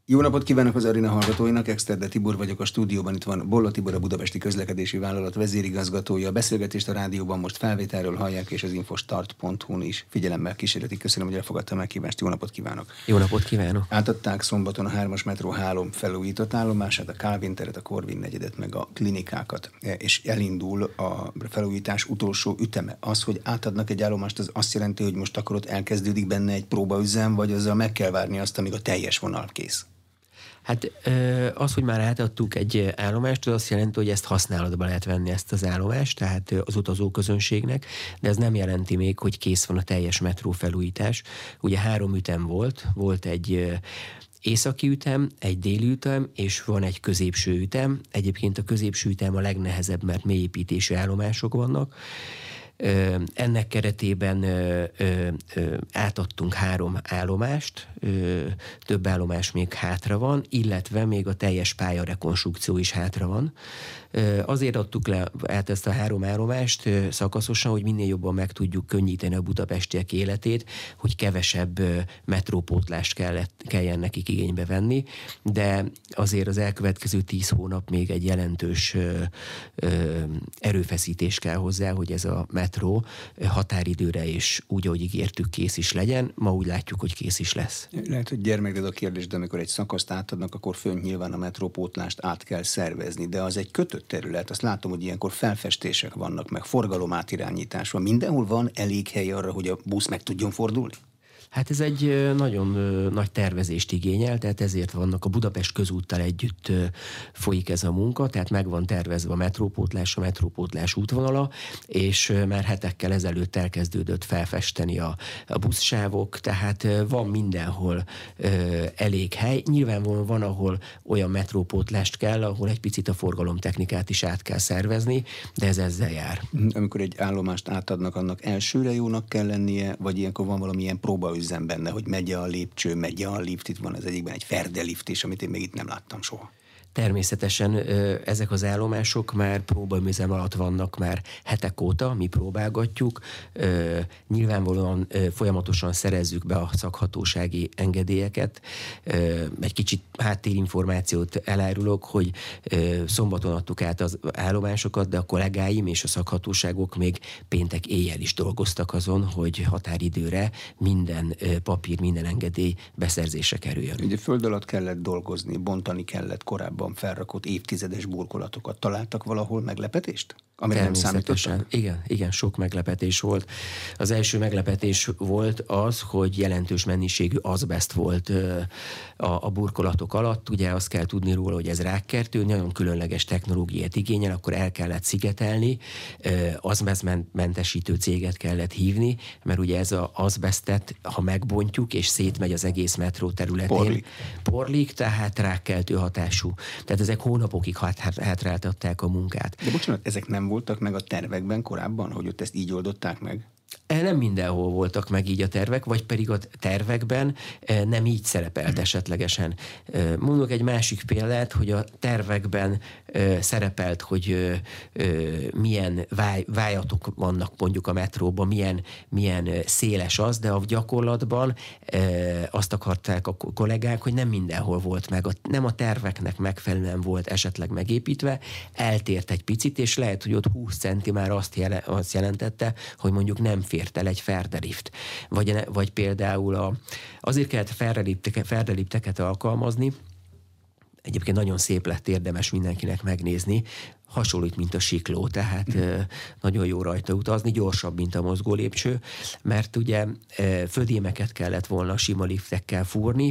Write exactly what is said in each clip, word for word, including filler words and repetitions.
Jó napot kívánok az Arina hallgatóinak, Exterde Tibor vagyok, a stúdióban itt van Bolla Tibor, a Budapesti Közlekedési Vállalat vezérigazgatója. A beszélgetést a rádióban most felvételről hallják, és az infostart pont hu-n is figyelemmel kísérletik. Köszönöm, hogy elfogadta a meghívást. Jó napot kívánok! Jó napot kívánok! Átadták szombaton a hármas metró hálom felújított állomását, a Kálvin teret, a Korvin negyedet, meg a klinikákat, és elindul a felújítás utolsó üteme. Az, hogy átadnak egy állomást, az azt jelenti, hogy most akkor ott elkezdődik benne egy próbaüzem, vagy azzal meg kell várni azt, amíg a teljes vonal kész? Hát az, hogy már átadtuk egy állomást, az azt jelenti, hogy ezt használatba lehet venni, ezt az állomást, tehát az utazóközönségnek, de ez nem jelenti még, hogy kész van a teljes metró felújítás. Ugye három ütem volt, volt egy északi ütem, egy déli ütem, és van egy középső ütem. Egyébként a középső ütem a legnehezebb, mert mélyépítésű állomások vannak. Ennek keretében ö, ö, ö, átadtunk három állomást, ö, több állomás még hátra van, illetve még a teljes pályarekonstrukció is hátra van. Ö, azért adtuk le át ezt a három állomást ö, szakaszosan, hogy minél jobban meg tudjuk könnyíteni a budapestiek életét, hogy kevesebb ö, metrópótlást kellett, kelljen nekik igénybe venni, de azért az elkövetkező tíz hónap még egy jelentős ö, ö, erőfeszítés kell hozzá, hogy ez a metró határidőre és úgy, ahogy ígértük, kész is legyen. Ma úgy látjuk, hogy kész is lesz. Lehet, hogy gyermeked a kérdés, de amikor egy szakaszt átadnak, akkor fönt nyilván a metrópótlást át kell szervezni, de az egy kötött terület. Azt látom, hogy ilyenkor felfestések vannak, meg forgalomátirányítás van. Mindenhol van elég hely arra, hogy a busz meg tudjon fordulni? Hát ez egy nagyon nagy tervezést igényel, tehát ezért vannak a Budapest közúttal együtt folyik ez a munka, tehát meg van tervezve a metrópótlás, a metrópótlás útvonala, és már hetekkel ezelőtt elkezdődött felfesteni a, a buszsávok, tehát van mindenhol elég hely. Nyilvánvalóan van, ahol olyan metrópótlást kell, ahol egy picit a forgalomtechnikát is át kell szervezni, de ez ezzel jár. Amikor egy állomást átadnak, annak elsőre jónak kell lennie, vagy ilyenkor van valamilyen próbaüzem benne, hogy megy a lépcső, megy a lift, itt van az egyikben egy ferdelift is, amit én még itt nem láttam soha. Természetesen ezek az állomások már próbaüzem alatt vannak már hetek óta, mi próbálgatjuk. Nyilvánvalóan folyamatosan szerezzük be a szakhatósági engedélyeket. Egy kicsit háttérinformációt elárulok, hogy szombaton adtuk át az állomásokat, de a kollégáim és a szakhatóságok még péntek éjjel is dolgoztak azon, hogy határidőre minden papír, minden engedély beszerzésre kerüljön. Ugye föld alatt kellett dolgozni, bontani kellett korábban felrakott évtizedes burkolatokat. Találtak valahol meglepetést? Amire nem számítottak? Igen, igen, sok meglepetés volt. Az első meglepetés volt az, hogy jelentős mennyiségű azbest volt a, a burkolatok alatt. Ugye azt kell tudni róla, hogy ez rákkertő, nagyon különleges technológiát igényel, akkor el kellett szigetelni, azbestmentesítő céget kellett hívni, mert ugye ez az azbestet, ha megbontjuk, és szétmegy az egész metró területén, porlik, porlik tehát rákkeltő hatású. Tehát ezek hónapokig hátráltatták a munkát. De bocsánat, ezek nem voltak meg a tervekben korábban, hogy ott ezt így oldották meg? Nem mindenhol voltak meg így a tervek, vagy pedig a tervekben nem így szerepelt esetlegesen. Mondok egy másik példát, hogy a tervekben szerepelt, hogy milyen váj, vájatok vannak mondjuk a metróban, milyen, milyen széles az, de a gyakorlatban azt akarták a kollégák, hogy nem mindenhol volt meg, nem a terveknek megfelelően volt esetleg megépítve, eltért egy picit, és lehet, hogy ott húsz centi már azt, jele, azt jelentette, hogy mondjuk nem fért el egy ferdelift. Vagy, vagy például a, azért kellett ferdelipteket, ferdelipteket alkalmazni, egyébként nagyon szép lett, érdemes mindenkinek megnézni, hasonlít, mint a sikló, tehát mm. nagyon jó rajta utazni, gyorsabb, mint a mozgó lépcső, mert ugye födémeket kellett volna sima liftekkel fúrni,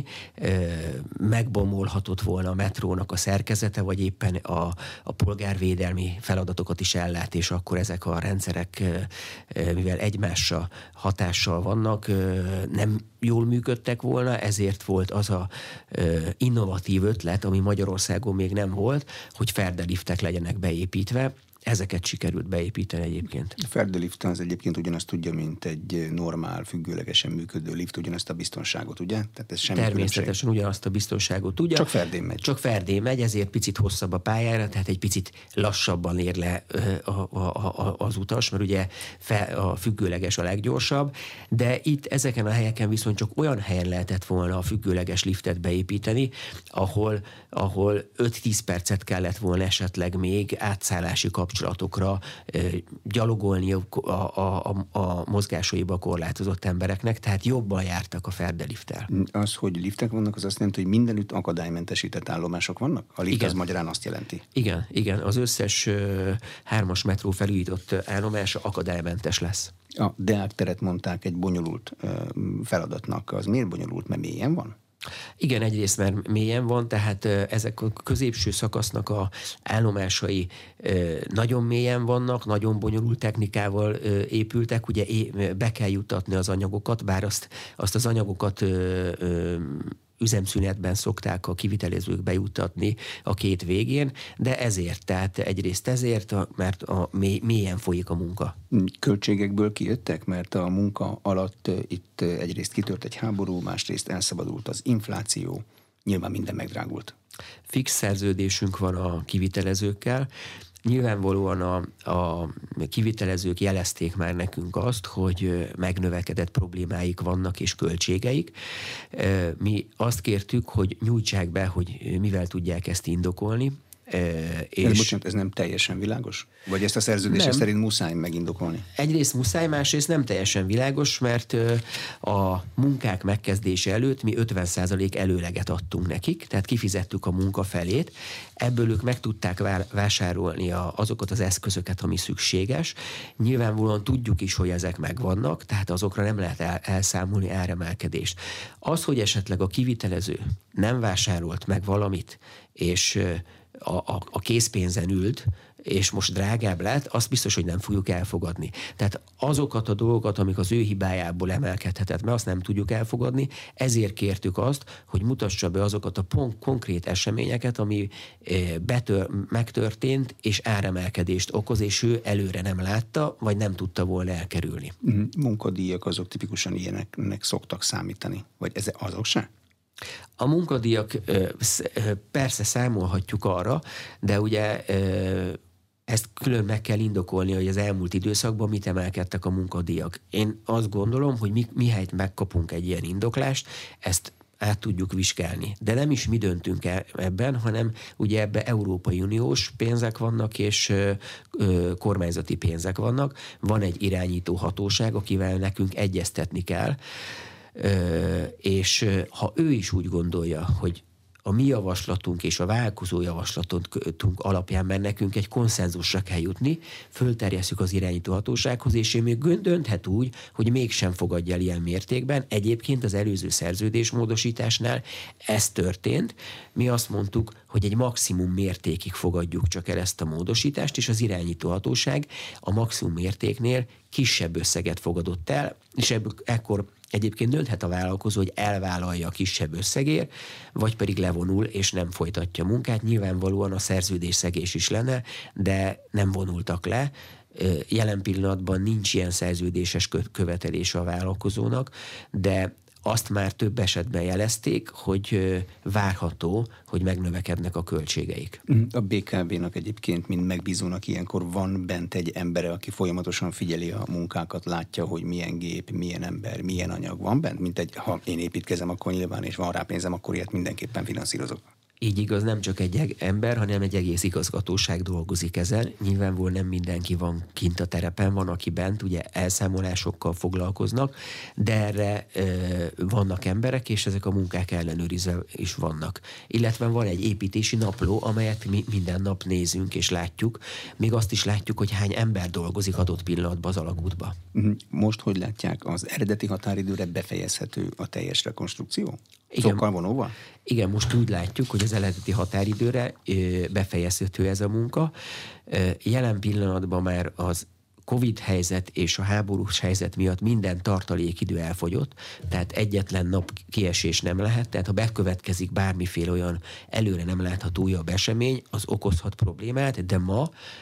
megbomolhatott volna a metrónak a szerkezete, vagy éppen a, a polgárvédelmi feladatokat is ellát, és akkor ezek a rendszerek, mivel egymással hatással vannak, nem jól működtek volna, ezért volt az a innovatív ötlet, ami Magyarországon még nem volt, hogy ferdeliftek legyenek beépítve. ezeket sikerült beépíteni egyébként. A ferdelift az egyébként ugyanazt tudja, mint egy normál, függőlegesen működő lift, ugyanazt a biztonságot, ugye? Tehát ez semmi Természetesen különbség. ugyanazt a biztonságot tudja. Csak ferdén megy. Csak ferdén megy, ezért picit hosszabb a pályára, tehát egy picit lassabban ér le a, a, a, az utas, mert ugye fe, a függőleges a leggyorsabb, de itt ezeken a helyeken viszont csak olyan helyen lehetett volna a függőleges liftet beépíteni, ahol, ahol öt-tíz percet kellett volna esetleg még átszállási kapcsolatokra gyalogolni a, a, a, a mozgásaiba korlátozott embereknek, tehát jobban jártak a ferdeliftel. Az, hogy liftek vannak, az azt jelenti, hogy mindenütt akadálymentesített állomások vannak? A lift igen. az magyarán azt jelenti. Igen, igen, az összes uh, hármas metró felújított állomása akadálymentes lesz. A Deák teret mondták egy bonyolult uh, feladatnak. Az miért bonyolult? Mert mélyen van? Igen, egyrészt mert mélyen van, tehát ezek a középső szakasznak a állomásai nagyon mélyen vannak, nagyon bonyolult technikával épültek, ugye be kell juttatni az anyagokat, bár azt, azt az anyagokat üzemszünetben szokták a kivitelezők bejuttatni a két végén, de ezért, tehát egyrészt ezért, mert a mély, mélyen folyik a munka. Költségekből kijöttek, mert a munka alatt itt egyrészt kitört egy háború, másrészt elszabadult az infláció, nyilván minden megdrágult. Fix szerződésünk van a kivitelezőkkel. Nyilvánvalóan a, a kivitelezők jelezték már nekünk azt, hogy megnövekedett problémáik vannak és költségeik. Mi azt kértük, hogy nyújtsák be, hogy mivel tudják ezt indokolni. És ez, bocsánat, ez nem teljesen világos? Vagy ezt a szerződések szerint muszáj megindokolni? Egyrészt muszáj, másrészt nem teljesen világos, mert a munkák megkezdése előtt mi ötven százalék előleget adtunk nekik, tehát kifizettük a munka felét, ebből ők meg tudták vásárolni azokat az eszközöket, ami szükséges. Nyilvánvalóan tudjuk is, hogy ezek megvannak, tehát azokra nem lehet el, elszámolni áremelkedést. Az, hogy esetleg a kivitelező nem vásárolt meg valamit, és A, a, a készpénzen ült, és most drágább lett, azt biztos, hogy nem fogjuk elfogadni. Tehát azokat a dolgokat, amik az ő hibájából emelkedhetett, mert azt nem tudjuk elfogadni, ezért kértük azt, hogy mutassa be azokat a pont, konkrét eseményeket, ami betör, megtörtént, és áremelkedést okoz, és ő előre nem látta, vagy nem tudta volna elkerülni. Munkadíjak azok tipikusan ilyeneknek szoktak számítani, vagy ez azok se? A munkadíjak persze számolhatjuk arra, de ugye ezt külön meg kell indokolni, hogy az elmúlt időszakban mit emelkedtek a munkadíjak. Én azt gondolom, hogy mi, mihelyt megkapunk egy ilyen indoklást, ezt át tudjuk vizsgálni. De nem is mi döntünk el ebben, hanem ugye ebben Európai Uniós pénzek vannak, és ö, ö, kormányzati pénzek vannak. Van egy irányító hatóság, akivel nekünk egyeztetni kell, Ö, és ha ő is úgy gondolja, hogy a mi javaslatunk és a vállalkozó javaslatunk alapján, mert nekünk egy konszenzusra kell jutni, fölterjesszük az irányító hatósághoz, és ő még dönthet úgy, hogy mégsem fogadja el ilyen mértékben. Egyébként az előző szerződésmódosításnál ez történt. Mi azt mondtuk, hogy egy maximum mértékig fogadjuk csak el ezt a módosítást, és az irányító hatóság a maximum mértéknél kisebb összeget fogadott el, és ebből ekkor egyébként dönthet a vállalkozó, hogy elvállalja a kisebb összegért, vagy pedig levonul és nem folytatja a munkát. Nyilvánvalóan a szerződésszegés is lenne, de nem vonultak le. Jelen pillanatban nincs ilyen szerződéses követelése a vállalkozónak, de azt már több esetben jelezték, hogy várható, hogy megnövekednek a költségeik. A bé ká vé-nak egyébként, mint megbízónak ilyenkor van bent egy embere, aki folyamatosan figyeli a munkákat, látja, hogy milyen gép, milyen ember, milyen anyag van bent, mint egy, ha én építkezem, akkor nyilván, és van rá pénzem, akkor ilyet mindenképpen finanszírozok. Így igaz, nem csak egy ember, hanem egy egész igazgatóság dolgozik ezen. Nyilvánvalóan nem mindenki van kint a terepen, van, aki bent, ugye elszámolásokkal foglalkoznak, de erre e, vannak emberek, és ezek a munkák ellenőrizve is vannak. Illetve van egy építési napló, amelyet mi minden nap nézünk és látjuk. Még azt is látjuk, hogy hány ember dolgozik adott pillanatban az alagútba. Most hogy látják, az eredeti határidőre befejezhető a teljes rekonstrukció? Igen. Szokkal vonóval? Igen, most úgy látjuk, hogy az eredeti határidőre befejezhető ez a munka. Jelen pillanatban már az Covid helyzet és a háborús helyzet miatt minden tartalékidő elfogyott, tehát egyetlen nap kiesés nem lehet, tehát ha bekövetkezik bármiféle olyan előre nem látható újabb esemény, az okozhat problémát, de ma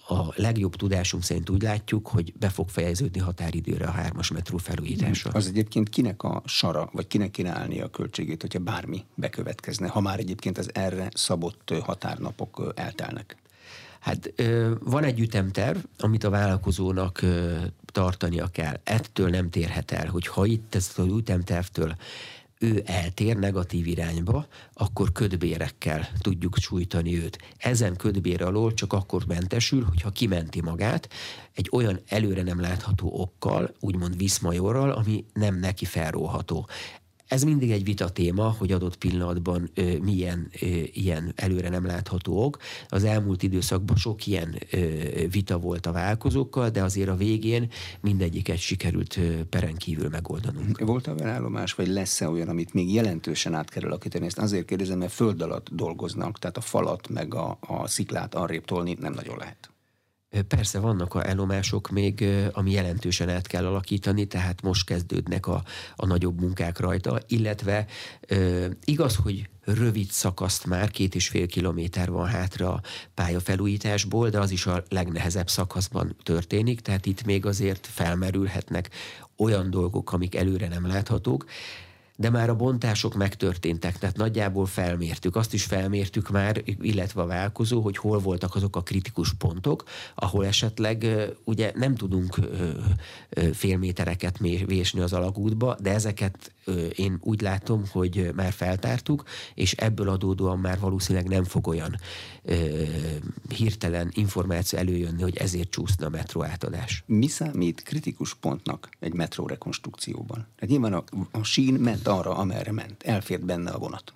a legjobb tudásunk szerint úgy látjuk, hogy be fog fejeződni határidőre a hármas metró felújítása. Az egyébként kinek a sara, vagy kinek kéne állni a költségét, hogyha bármi bekövetkezne, ha már egyébként az erre szabott határnapok eltelnek? Hát van egy ütemterv, amit a vállalkozónak tartania kell. Ettől nem térhet el, hogy ha itt ezt az ütemtervtől ő eltér negatív irányba, akkor kötbérekkel tudjuk sújtani őt. Ezen kötbér alól csak akkor mentesül, hogyha kimenti magát egy olyan előre nem látható okkal, úgymond viszmajorral, ami nem neki felróható. Ez mindig egy vita téma, hogy adott pillanatban ö, milyen ö, ilyen előre nem látható ok. Az elmúlt időszakban sok ilyen ö, vita volt a vállalkozókkal, de azért a végén mindegyiket sikerült ö, peren kívül megoldanunk. Volt olyan állomás, vagy lesz-e olyan, amit még jelentősen át kell alakítani? Ezt azért kérdezem, mert föld alatt dolgoznak, tehát a falat meg a, a sziklát arrébb tolni nem nagyon lehet. Persze vannak a állomások még, ami jelentősen át kell alakítani, tehát most kezdődnek a, a nagyobb munkák rajta, illetve e, igaz, hogy rövid szakaszt már, két és fél kilométer van hátra a pályafelújításból, de az is a legnehezebb szakaszban történik, tehát itt még azért felmerülhetnek olyan dolgok, amik előre nem láthatók, de már a bontások megtörténtek, tehát nagyjából felmértük. Azt is felmértük már, illetve a vállalkozó, hogy hol voltak azok a kritikus pontok, ahol esetleg ugye nem tudunk félmétereket vésni az alagútba, de ezeket én úgy látom, hogy már feltártuk, és ebből adódóan már valószínűleg nem fog olyan hirtelen információ előjönni, hogy ezért csúszna a metró átadás. Mi számít kritikus pontnak egy metró rekonstrukcióban? Hát nyilván a, a sín ment arra, amerre ment. Elfért benne a vonat.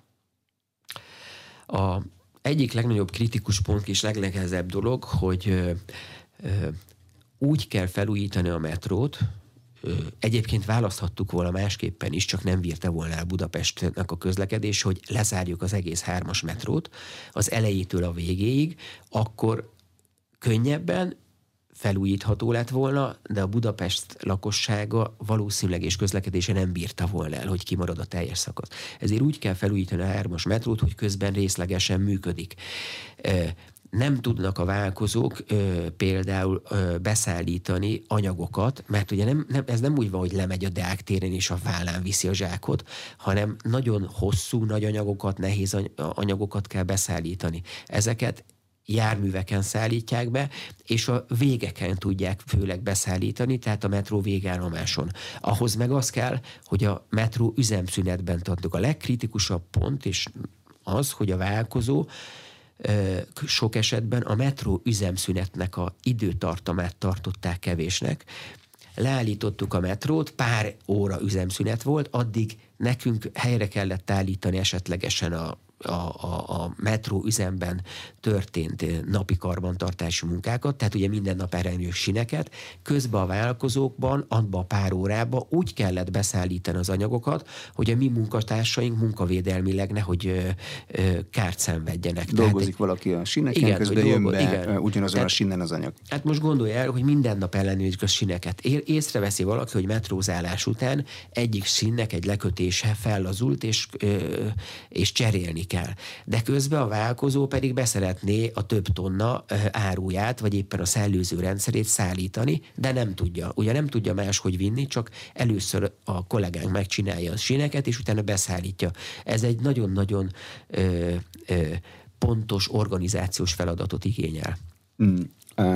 A egyik legnagyobb kritikus pont és legnehezebb dolog, hogy ö, ö, úgy kell felújítani a metrót, ö, egyébként választhattuk volna másképpen is, csak nem bírta volna el Budapestnek a közlekedés, hogy lezárjuk az egész hármas metrót az elejétől a végéig, akkor könnyebben felújítható lett volna, de a Budapest lakossága valószínűleg és közlekedése nem bírta volna el, hogy kimarad a teljes szakasz. Ezért úgy kell felújítani a hármas metrót, hogy közben részlegesen működik. Nem tudnak a vállalkozók például beszállítani anyagokat, mert ugye nem, nem, ez nem úgy van, hogy lemegy a Deák téren és a vállán viszi a zsákot, hanem nagyon hosszú, nagy anyagokat, nehéz anyagokat kell beszállítani. Ezeket járműveken szállítják be, és a végeken tudják főleg beszállítani, tehát a metró végállomáson. Ahhoz meg az kell, hogy a metró üzemszünetben tartok. A legkritikusabb pont, és az, hogy a vállalkozó sok esetben a metró üzemszünetnek a időtartamát tartották kevésnek. Leállítottuk a metrót, pár óra üzemszünet volt, addig nekünk helyre kellett állítani esetlegesen a A, a, a metró üzemben történt napi karbantartási munkákat, tehát ugye minden nap elrenjük sineket, közben a vállalkozókban, abban a pár órában úgy kellett beszállítani az anyagokat, hogy a mi munkatársaink munkavédelmileg nehogy ö, ö, kárt szenvedjenek. Dolgozik egy, valaki a sineken, igen, közben jön be igen, ugyanazon tehát, a sinnen az anyag. Hát most gondolj el, hogy minden nap ellenőrizzük a sineket. É, észreveszi valaki, hogy metrózálás után egyik sinnek egy lekötése fellazult, és, ö, és cserélni kell. De közben a vállalkozó pedig beszeretné a több tonna áruját, vagy éppen a szellőző rendszerét szállítani, de nem tudja. Ugye nem tudja máshogy vinni, csak először a kollégánk megcsinálja a síneket, és utána beszállítja. Ez egy nagyon-nagyon ö, ö, pontos organizációs feladatot igényel. Mm. Uh,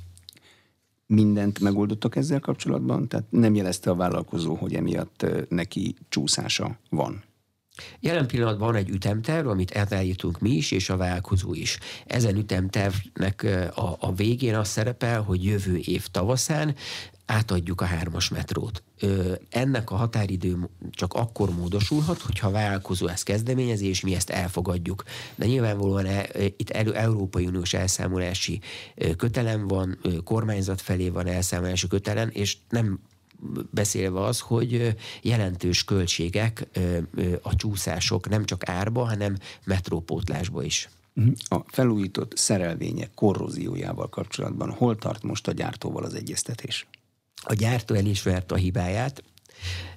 mindent megoldottak ezzel kapcsolatban? Tehát nem jelezte a vállalkozó, hogy emiatt neki csúszása van? Jelen pillanatban van egy ütemterv, amit elírtunk mi is, és a vállalkozó is. Ezen ütemtervnek a, a végén az szerepel, hogy jövő év tavaszán átadjuk a hármas metrót. Ennek a határidő csak akkor módosulhat, hogyha a vállalkozó ezt kezdeményezi, és mi ezt elfogadjuk. De nyilvánvalóan e, itt elő, Európai Uniós elszámolási kötelem van, kormányzat felé van elszámolási kötelem, és nem beszélve az, hogy jelentős költségek a csúszások nem csak árba, hanem metrópótlásba is. A felújított szerelvények korróziójával kapcsolatban hol tart most a gyártóval az egyeztetés? A gyártó elismerte a hibáját,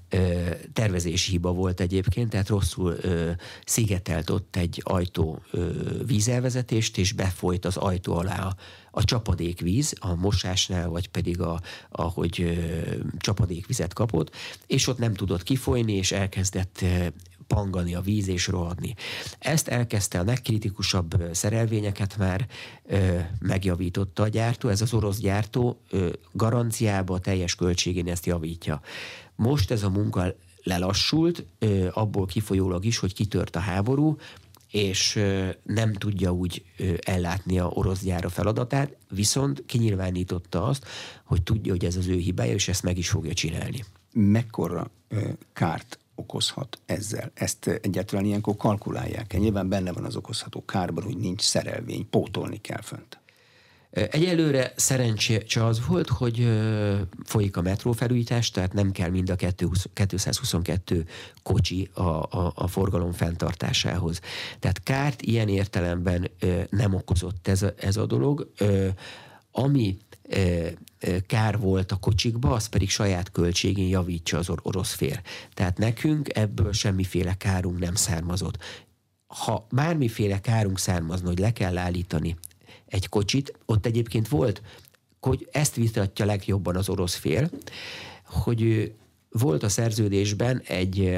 tervezési hiba volt egyébként, tehát rosszul ö, szigetelt ott egy ajtó ö, vízelvezetést, és befolyt az ajtó alá a, a csapadékvíz, a mosásnál, vagy pedig a, ahogy ö, csapadékvizet kapott, és ott nem tudott kifolyni, és elkezdett ö, pangani a víz és rohadni. Ezt elkezdte a legkritikusabb szerelvényeket már ö, megjavította a gyártó, ez az orosz gyártó ö, garanciába a teljes költségén ezt javítja. Most ez a munka lelassult, ö, abból kifolyólag is, hogy kitört a háború, és ö, nem tudja úgy ö, ellátni a orosz gyár a feladatát, viszont kinyilvánította azt, hogy tudja, hogy ez az ő hibája, és ezt meg is fogja csinálni. Mekkora ö, kárt okozhat ezzel? Ezt egyáltalán ilyenkor kalkulálják-e? Nyilván benne van az okozható kárban, hogy nincs szerelvény, pótolni kell fönt. Egyelőre szerencse az volt, hogy folyik a metrófelújítás, tehát nem kell mind a kétszázhuszonkettő kocsi a, a, a forgalom fenntartásához. Tehát kárt ilyen értelemben nem okozott ez a, ez a dolog. Ami kár volt a kocsikba, az pedig saját költségén javítsa az orosz fél. Tehát nekünk ebből semmiféle kárunk nem származott. Ha bármiféle kárunk származna, hogy le kell állítani egy kocsit, ott egyébként volt, hogy ezt vitatja legjobban az orosz fél, hogy volt a szerződésben egy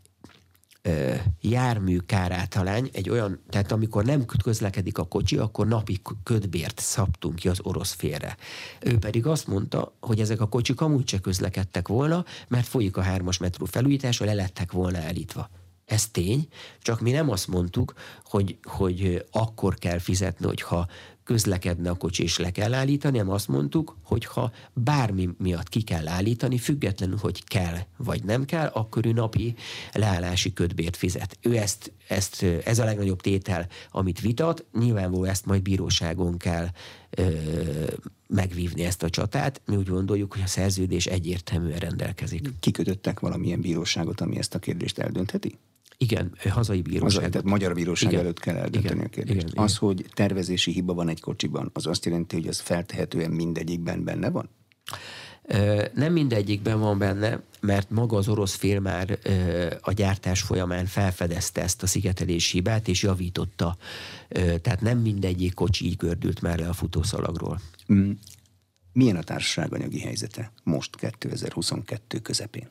jármű káráltalány, egy olyan, tehát amikor nem közlekedik a kocsi, akkor napi kötbért szabtunk ki az orosz félre. Ő pedig azt mondta, hogy ezek a kocsik amúgy se közlekedtek volna, mert folyik a hármas metró felújítása, le lettek volna állítva. Ez tény, csak mi nem azt mondtuk, hogy, hogy akkor kell fizetni, hogyha közlekedne a kocsi és le kell állítani, hanem azt mondtuk, hogy ha bármi miatt ki kell állítani, függetlenül, hogy kell vagy nem kell, akkor ő napi leállási kötbért fizet. Ő ezt, ezt, ez a legnagyobb tétel, amit vitat, nyilvánvaló ezt majd bíróságon kell ö, megvívni ezt a csatát. Mi úgy gondoljuk, hogy a szerződés egyértelműen rendelkezik. Kikötöttek valamilyen bíróságot, ami ezt a kérdést eldöntheti? Igen, hazai bíróság. Hazai, tehát magyar bíróság igen. előtt kell eldönteni igen. a kérdést. Igen. Az, hogy tervezési hiba van egy kocsiban, az azt jelenti, hogy az feltehetően mindegyikben benne van? Nem mindegyikben van benne, mert maga az orosz fél már a gyártás folyamán felfedezte ezt a szigetelési hibát, és javította. Tehát nem mindegyik kocsi így gördült már le a futószalagról. Milyen a társaság anyagi helyzete most kétezer-huszonkettő közepén?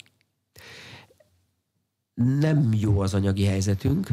Nem jó az anyagi helyzetünk.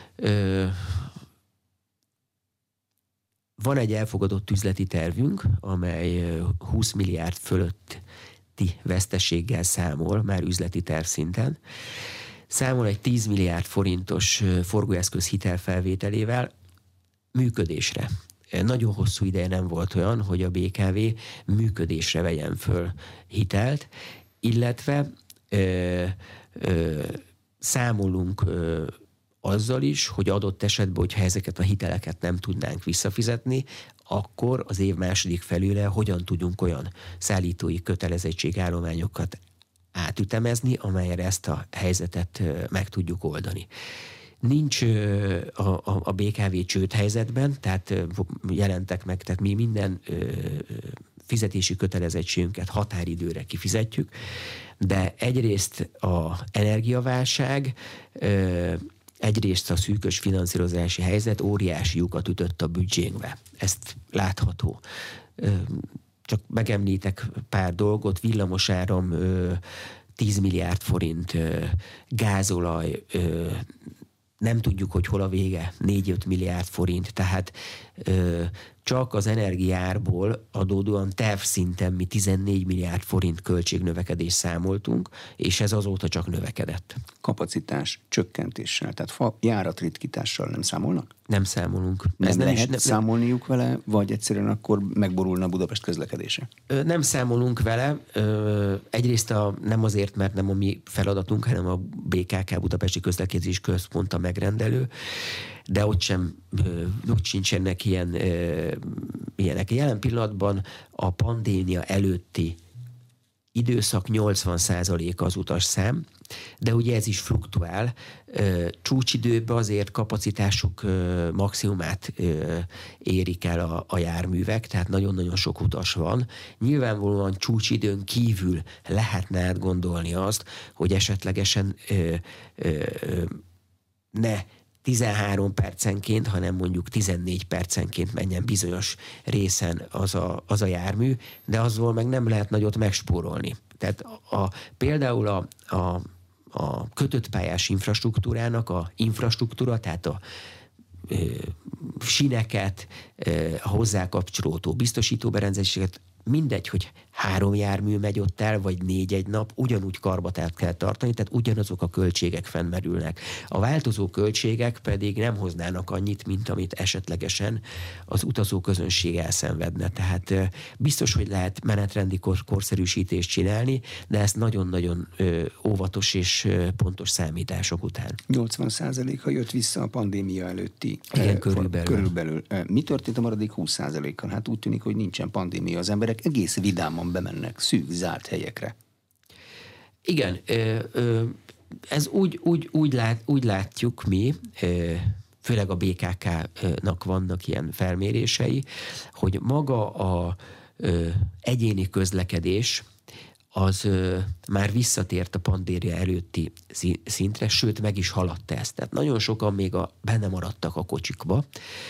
Van egy elfogadott üzleti tervünk, amely húsz milliárd fölötti veszteséggel számol, már üzleti terv szinten. Számol egy tíz milliárd forintos forgóeszköz hitelfelvételével működésre. Nagyon hosszú ideje nem volt olyan, hogy a bé ká vé működésre vegyen föl hitelt, illetve ö, ö, számolunk ö, azzal is, hogy adott esetben, hogyha ezeket a hiteleket nem tudnánk visszafizetni, akkor az év második felére hogyan tudjunk olyan szállítói kötelezettségállományokat átütemezni, amelyre ezt a helyzetet meg tudjuk oldani. Nincs a, a, a bé ká vé csőd helyzetben, tehát jelentek meg, tehát mi minden fizetési kötelezettségünket határidőre kifizetjük, de egyrészt a energiaválság, egyrészt a szűkös finanszírozási helyzet óriási lyukat ütött a büdzsénkbe. Ezt látható. Csak megemlítek pár dolgot, villamosáram tíz milliárd forint, gázolaj, nem tudjuk, hogy hol a vége, négy-öt milliárd forint, tehát ö, csak az energiárból adódóan tervszinten mi tizennégy milliárd forint költségnövekedést számoltunk, és ez azóta csak növekedett. Kapacitás csökkentéssel, tehát fa járatritkítással nem számolnak? Nem számolunk. Nem, ez nem lehet is, nem, számolniuk vele, vagy egyszerűen akkor megborulna Budapest közlekedése? Nem számolunk vele. Egyrészt a, nem azért, mert nem a mi feladatunk, hanem a bé ká ká Budapesti Közlekedési Központ a megrendelő, de ott sem, ott sincsenek ilyen, ilyenek. Jelen pillanatban a pandémia előtti időszak nyolcvan százaléka az utasszám, de ugye ez is fluktuál. Csúcsidőben azért kapacitásuk maximumát érik el a, a járművek, tehát nagyon-nagyon sok utas van. Nyilvánvalóan csúcsidőn kívül lehetne átgondolni azt, hogy esetlegesen ö, ö, ö, ne tizenhárom percenként, hanem mondjuk tizennégy percenként menjen bizonyos részen az a, az a jármű, de azzal meg nem lehet nagyot megspórolni. Tehát a, a, például a, a, a kötött pályás infrastruktúrának a infrastruktúra, tehát a ö, sineket, ö, a hozzá kapcsolódó biztosítóberendezéseket, mindegy, hogy három jármű megy ott el, vagy négy egy nap, ugyanúgy karbatát kell tartani, tehát ugyanazok a költségek fennmerülnek. A változó költségek pedig nem hoznának annyit, mint amit esetlegesen az utazó közönség elszenvedne. Tehát biztos, hogy lehet menetrendi kor- korszerűsítést csinálni, de ezt nagyon-nagyon ö, óvatos és ö, pontos számítások után. nyolcvan százaléka jött vissza a pandémia előtti. Igen, körülbelül. körülbelül. Mi történt a maradék húsz százalékkal? Hát úgy tűnik, hogy nincsen pandémia. Az emberek egész vidáman bemennek szűk, zárt helyekre. Igen, ez úgy, úgy, úgy, lát, úgy látjuk mi, főleg a bé ká ká-nak vannak ilyen felmérései, hogy maga a egyéni közlekedés az már visszatért a pandémia előtti szintre, sőt meg is haladta ezt. Tehát nagyon sokan még a, benne maradtak a kocsikba,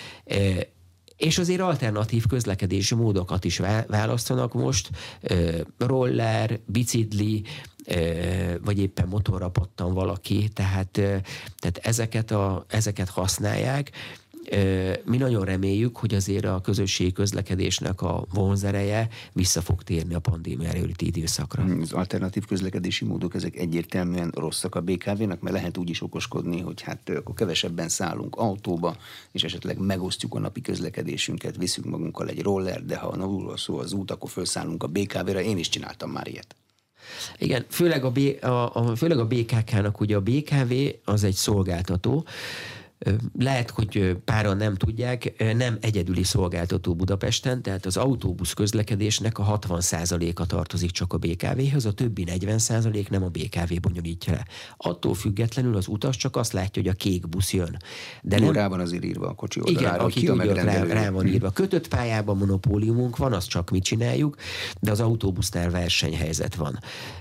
és azért alternatív közlekedési módokat is választanak most, roller, bicikli, vagy éppen motorra pattan valaki, tehát, tehát ezeket, a, ezeket használják. Mi nagyon reméljük, hogy azért a közösségi közlekedésnek a vonzereje vissza fog térni a pandémia előtti időszakra. Az alternatív közlekedési módok, ezek egyértelműen rosszak a bé ká vének, mert lehet úgy is okoskodni, hogy hát akkor kevesebben szállunk autóba, és esetleg megosztjuk a napi közlekedésünket, viszünk magunkkal egy roller, de ha arról szól az út, akkor felszállunk a bé ká vére. Én is csináltam már ilyet. Igen, főleg a, B, a, a, főleg a bé ká ká-nak ugye a bé ká vé az egy szolgáltató. Lehet, hogy páran nem tudják, nem egyedüli szolgáltató Budapesten, tehát az autóbusz közlekedésnek a hatvan százaléka tartozik csak a bé ká véhez, a többi negyven százalék nem a bé ká vé bonyolítja le. Attól függetlenül az utas csak azt látja, hogy a kék busz jön. De Jó, nem... rá van azért írva a kocsi oldalára. Igen, aki tudja, rá, rá van írva. Kötött pályában monopóliumunk van, azt csak mi csináljuk, de az autóbusznál versenyhelyzet van.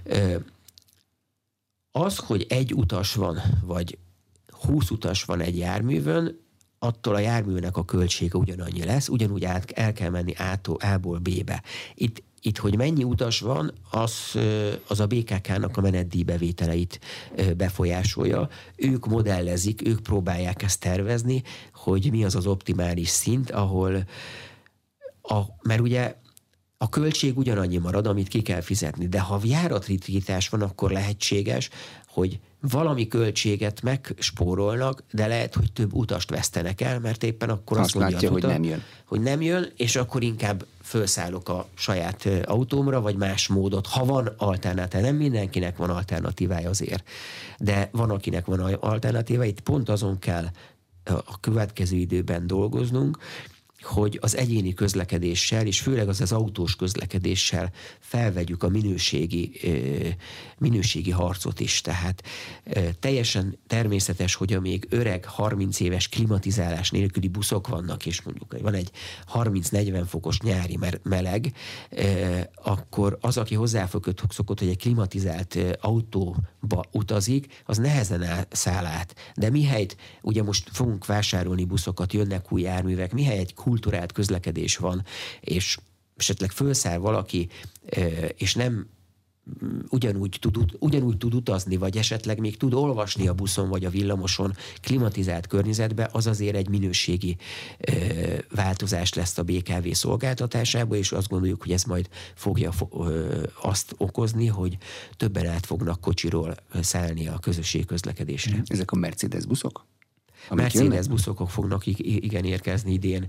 Az, hogy egy utas van, vagy húsz utas van egy járművön, attól a járműnek a költsége ugyanannyi lesz, ugyanúgy át, el kell menni A-ból B-be. Itt, itt, hogy mennyi utas van, az, az a bé ká ká-nak a menetdíj bevételeit befolyásolja. Ők modellezik, ők próbálják ezt tervezni, hogy mi az az optimális szint, ahol, a, mert ugye a költség ugyanannyi marad, amit ki kell fizetni, de ha járatritkítás van, akkor lehetséges, hogy valami költséget megspórolnak, de lehet, hogy több utast vesztenek el, mert éppen akkor azt, azt mondja látja, az uta, hogy nem jön. hogy nem jön, és akkor inkább felszállok a saját autómra, vagy más módot, ha van alternatíva. Nem mindenkinek van alternatívája azért, de van, akinek van alternatíva. Itt pont azon kell a következő időben dolgoznunk, hogy az egyéni közlekedéssel, és főleg az az autós közlekedéssel felvegyük a minőségi, minőségi harcot is. Tehát teljesen természetes, hogy a még öreg, harminc éves klimatizálás nélküli buszok vannak, és mondjuk van egy harminc-negyven fokos nyári meleg, akkor az, aki hozzászokott, hogy egy klimatizált autóba utazik, az nehezen száll át. De mihelyt, ugye most fogunk vásárolni buszokat, jönnek új járművek, mihely egy kulturált közlekedés van, és esetleg felszáll valaki, és nem ugyanúgy tud, ugyanúgy tud utazni, vagy esetleg még tud olvasni a buszon, vagy a villamoson klimatizált környezetbe, az azért egy minőségi változás lesz a bé ká vé szolgáltatásába, és azt gondoljuk, hogy ez majd fogja azt okozni, hogy többen át fognak kocsiról szállni a közösségi közlekedésre. Ezek a Mercedes buszok? Mercedes buszok fognak igen érkezni idén.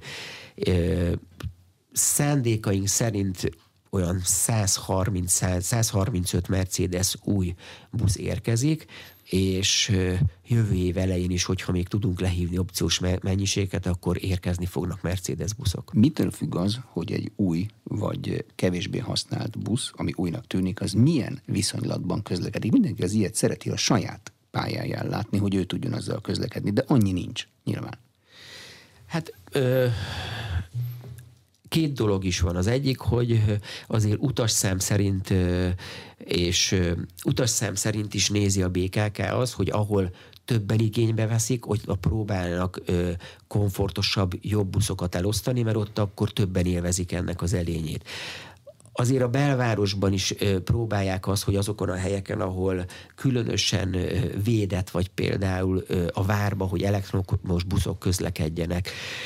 Szándékaink szerint olyan száz harminc-százharmincöt Mercedes új busz érkezik, és jövő év elején is, hogyha még tudunk lehívni opciós mennyiséget, akkor érkezni fognak Mercedes buszok. Mitől függ az, hogy egy új vagy kevésbé használt busz, ami újnak tűnik, az milyen viszonylatban közlekedik? Mindenki az ilyet szereti a saját pályáján látni, hogy ő tudjon azzal közlekedni, de annyi nincs, nyilván. Hát... Ö... Két dolog is van. Az egyik, hogy azért utasszám szerint és utasszám szerint is nézi a bé ká ká az, hogy ahol többen igénybe veszik, hogy próbálnak komfortosabb, jobb buszokat elosztani, mert ott akkor többen élvezik ennek az előnyét. Azért a belvárosban is próbálják azt, hogy azokon a helyeken, ahol különösen védett, vagy például a várba, hogy elektromos buszok közlekedjenek.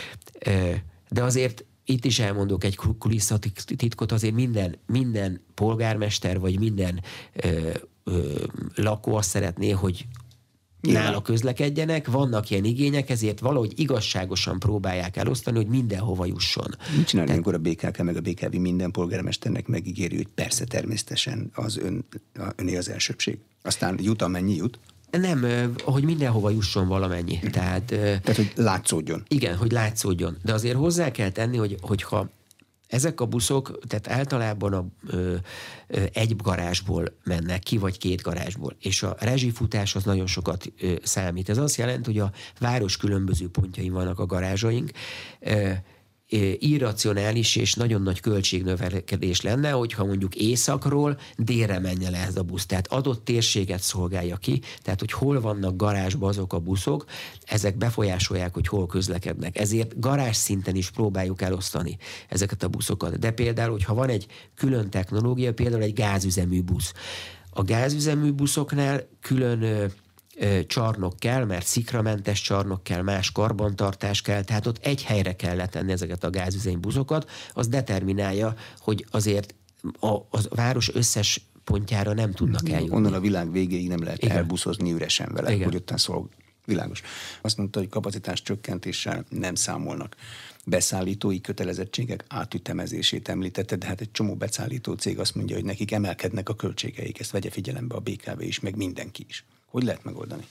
De azért itt is elmondok egy kulisszatitkot, azért minden, minden polgármester, vagy minden ö, ö, lakó azt szeretné, hogy nála közlekedjenek, vannak ilyen igények, ezért valahogy igazságosan próbálják elosztani, hogy mindenhova jusson. Mit csinálni, amikor a bé ká ká meg a bé ká vé minden polgármesternek megígéri, hogy persze természetesen az ön, öné az elsőbség? Aztán jut, amennyi jut? Nem, hogy mindenhova jusson valamennyi. Tehát, Tehát, hogy látszódjon. Igen, hogy látszódjon. De azért hozzá kell tenni, hogy, hogyha ezek a buszok, tehát általában a, ö, ö, egy garázsból mennek ki, vagy két garázsból, és a rezsifutás az nagyon sokat ö, számít. Ez azt jelenti, hogy a város különböző pontjain vannak a garázsaink, ö, irracionális és nagyon nagy költségnövekedés lenne, hogyha mondjuk északról délre menjen le ez a busz. Tehát adott térséget szolgálja ki, tehát hogy hol vannak garázsban azok a buszok, ezek befolyásolják, hogy hol közlekednek. Ezért garázs szinten is próbáljuk elosztani ezeket a buszokat. De például, hogyha van egy külön technológia, például egy gázüzemű busz. A gázüzemű buszoknál külön csarnok kell, mert szikramentes csarnok kell, más karbantartás kell, tehát ott egy helyre kell letenni ezeket a gázüzemű buszokat, az determinálja, hogy azért a, a város összes pontjára nem tudnak eljutni. Onnan a világ végéig nem lehet Igen. elbuszozni üresen vele, Igen. hogy ottan szól. Világos. Azt mondta, hogy kapacitás csökkentéssel nem számolnak. Beszállítói kötelezettségek átütemezését említette, de hát egy csomó beszállító cég azt mondja, hogy nekik emelkednek a költségeik. Ezt vegye figyelembe a bé ká vé is, meg mindenki is. Hogy lehet megoldani?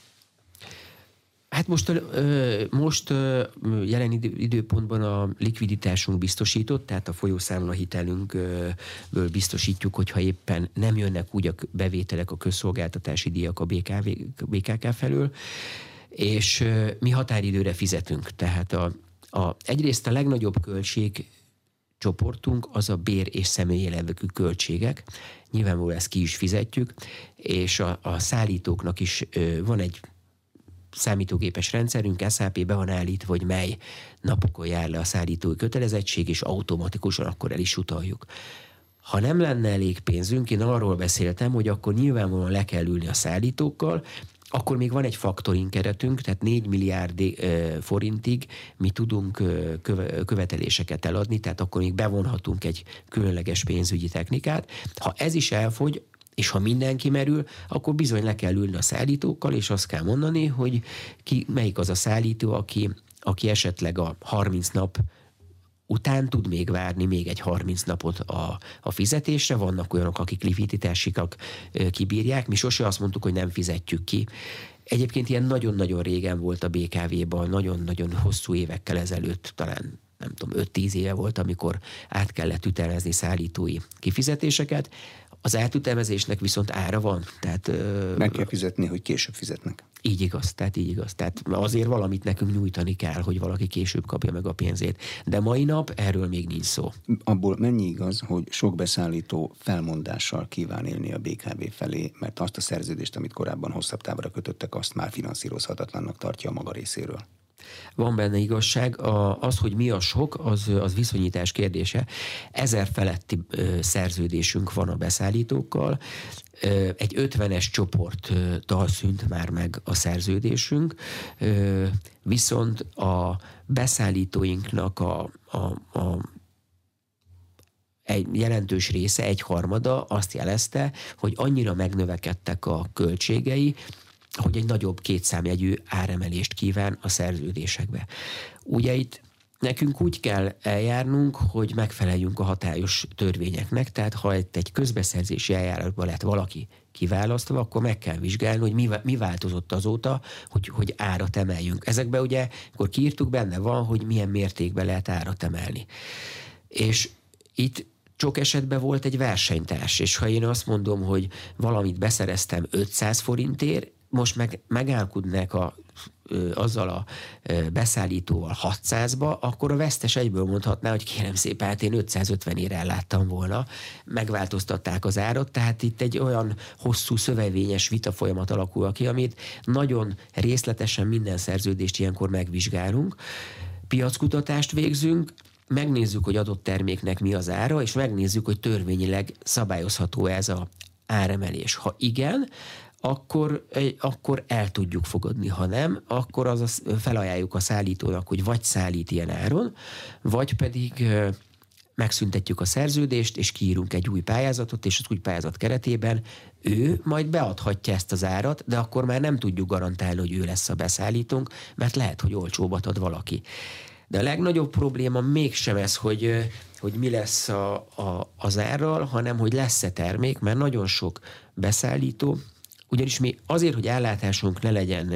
Hát most, most jelen időpontban a likviditásunk biztosított, tehát a folyószámla hitelünkből biztosítjuk, hogyha éppen nem jönnek úgy a bevételek, a közszolgáltatási díjak a bé ká ká felől, és mi határidőre fizetünk. Tehát a, a, egyrészt a legnagyobb költség csoportunk az a bér- és személyjellegű költségek. Nyilvánvalóan ezt ki is fizetjük, és a, a szállítóknak is ö, van egy számítógépes rendszerünk, es á pé be van állítva, hogy mely napokon jár le a szállítói kötelezettség, és automatikusan akkor el is utaljuk. Ha nem lenne elég pénzünk, én arról beszéltem, hogy akkor nyilvánvalóan le kell ülni a szállítókkal, akkor még van egy faktoring keretünk, tehát négy milliárd forintig mi tudunk követeléseket eladni, tehát akkor még bevonhatunk egy különleges pénzügyi technikát. Ha ez is elfogy, és ha mindenki merül, akkor bizony le kell ülni a szállítókkal, és azt kell mondani, hogy ki, melyik az a szállító, aki, aki esetleg a harminc nap után tud még várni még egy harminc napot a, a fizetésre. Vannak olyanok, akik likviditásikat kibírják. Mi sose azt mondtuk, hogy nem fizetjük ki. Egyébként ilyen nagyon-nagyon régen volt a bé ká vé-ban, nagyon-nagyon hosszú évekkel ezelőtt, talán nem tudom, öt-tíz éve volt, amikor át kellett ütemezni szállítói kifizetéseket. Az átütemezésnek viszont ára van. Tehát, meg kell fizetni, hogy később fizetnek. Így igaz, tehát így igaz. Tehát azért valamit nekünk nyújtani kell, hogy valaki később kapja meg a pénzét. De mai nap erről még nincs szó. Abból mennyi igaz, hogy sok beszállító felmondással kíván élni a bé ká vé felé, mert azt a szerződést, amit korábban hosszabb távra kötöttek, azt már finanszírozhatatlannak tartja a maga részéről? Van benne igazság. A, az, hogy mi a sok, az, az viszonyítás kérdése. Ezer feletti ö, szerződésünk van a beszállítókkal. Ö, egy ötvenes csoporttal szűnt már meg a szerződésünk, ö, viszont a beszállítóinknak a, a, a egy jelentős része, egy harmada azt jelezte, hogy annyira megnövekedtek a költségei, hogy egy nagyobb kétszámjegyű áremelést kíván a szerződésekbe. Ugye itt nekünk úgy kell eljárnunk, hogy megfeleljünk a hatályos törvényeknek, tehát ha egy közbeszerzési eljárásban lett valaki kiválasztva, akkor meg kell vizsgálni, hogy mi, mi változott azóta, hogy, hogy árat emeljünk. Ezekben ugye, akkor kiírtuk, benne van, hogy milyen mértékben lehet árat emelni. És itt sok esetben volt egy versenytárs, és ha én azt mondom, hogy valamit beszereztem ötszáz forintért, most meg megálkudnak a, ö, azzal a ö, beszállítóval hatszázba, akkor a vesztes egyből mondhatná, hogy kérem szépen, hát én ötszázötvenére elláttam volna, megváltoztatták az árat, tehát itt egy olyan hosszú szövevényes vita folyamat alakul ki, amit nagyon részletesen minden szerződést ilyenkor megvizsgálunk, piackutatást végzünk, megnézzük, hogy adott terméknek mi az ára, és megnézzük, hogy törvényileg szabályozható ez az áremelés. Ha igen, akkor, akkor el tudjuk fogadni. Ha nem, akkor az felajánljuk a szállítónak, hogy vagy szállít ilyen áron, vagy pedig megszüntetjük a szerződést, és kiírunk egy új pályázatot, és az új pályázat keretében ő majd beadhatja ezt az árat, de akkor már nem tudjuk garantálni, hogy ő lesz a beszállítónk, mert lehet, hogy olcsóbbat ad valaki. De a legnagyobb probléma mégsem ez, hogy, hogy mi lesz a, a, az árral, hanem hogy lesz-e termék, mert nagyon sok beszállító, ugyanis mi azért, hogy ellátásunk ne legyen,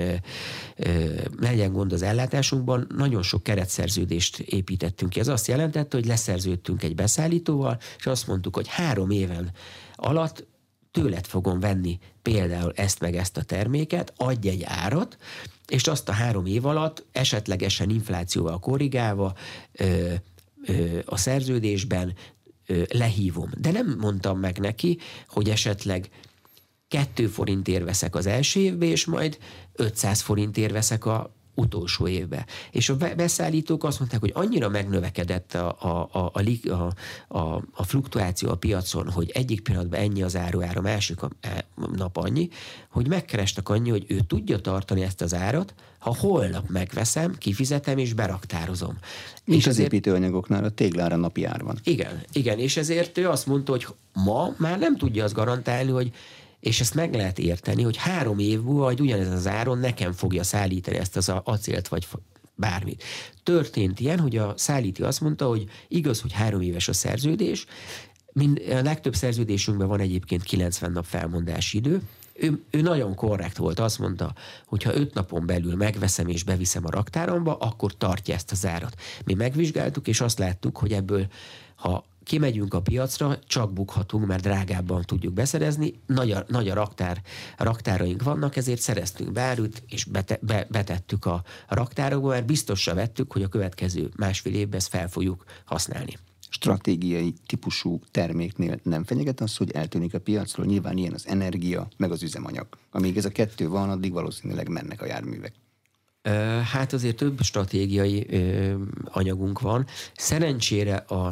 ne legyen gond az ellátásunkban, nagyon sok keretszerződést építettünk ki. Ez azt jelentette, hogy leszerződtünk egy beszállítóval, és azt mondtuk, hogy három éven alatt tőled fogom venni például ezt meg ezt a terméket, adj egy árat, és azt a három év alatt esetlegesen inflációval korrigálva ö, ö, a szerződésben ö, lehívom. De nem mondtam meg neki, hogy esetleg kettő forintért veszek az első évbe, és majd ötszáz forintért veszek a utolsó évbe. És a beszállítók azt mondták, hogy annyira megnövekedett a, a, a, a, a, a fluktuáció a piacon, hogy egyik pillanatban ennyi az áruára, másik nap annyi, hogy megkerestek annyi, hogy ő tudja tartani ezt az árat, ha holnap megveszem, kifizetem és beraktározom. Mint és az ezért, építőanyagoknál a téglára napi ár van. Igen, igen, és ezért ő azt mondta, hogy ma már nem tudja azt garantálni, hogy és ezt meg lehet érteni, hogy három év múlva, vagy ugyanez az áron nekem fogja szállítani ezt az acélt, vagy bármit. Történt ilyen, hogy a szállító azt mondta, hogy igaz, hogy három éves a szerződés, mind, a legtöbb szerződésünkben van egyébként kilencven nap felmondási idő, ő, ő nagyon korrekt volt, azt mondta, hogy ha öt napon belül megveszem és beviszem a raktáramba, akkor tartja ezt az árat. Mi megvizsgáltuk, és azt láttuk, hogy ebből, ha kimegyünk a piacra, csak bukhatunk, mert drágábban tudjuk beszerezni, nagy a, nagy a raktár, a raktáraink vannak, ezért szereztünk beárut, és bete, be, betettük a, a raktárokba, mert biztosra vettük, hogy a következő másfél évben ezt fel fogjuk használni. Stratégiai típusú terméknél nem fenyeget az, hogy eltűnik a piacról? Nyilván ilyen az energia, meg az üzemanyag. Amíg ez a kettő van, addig valószínűleg mennek a járművek. Hát azért több stratégiai ö, anyagunk van. Szerencsére a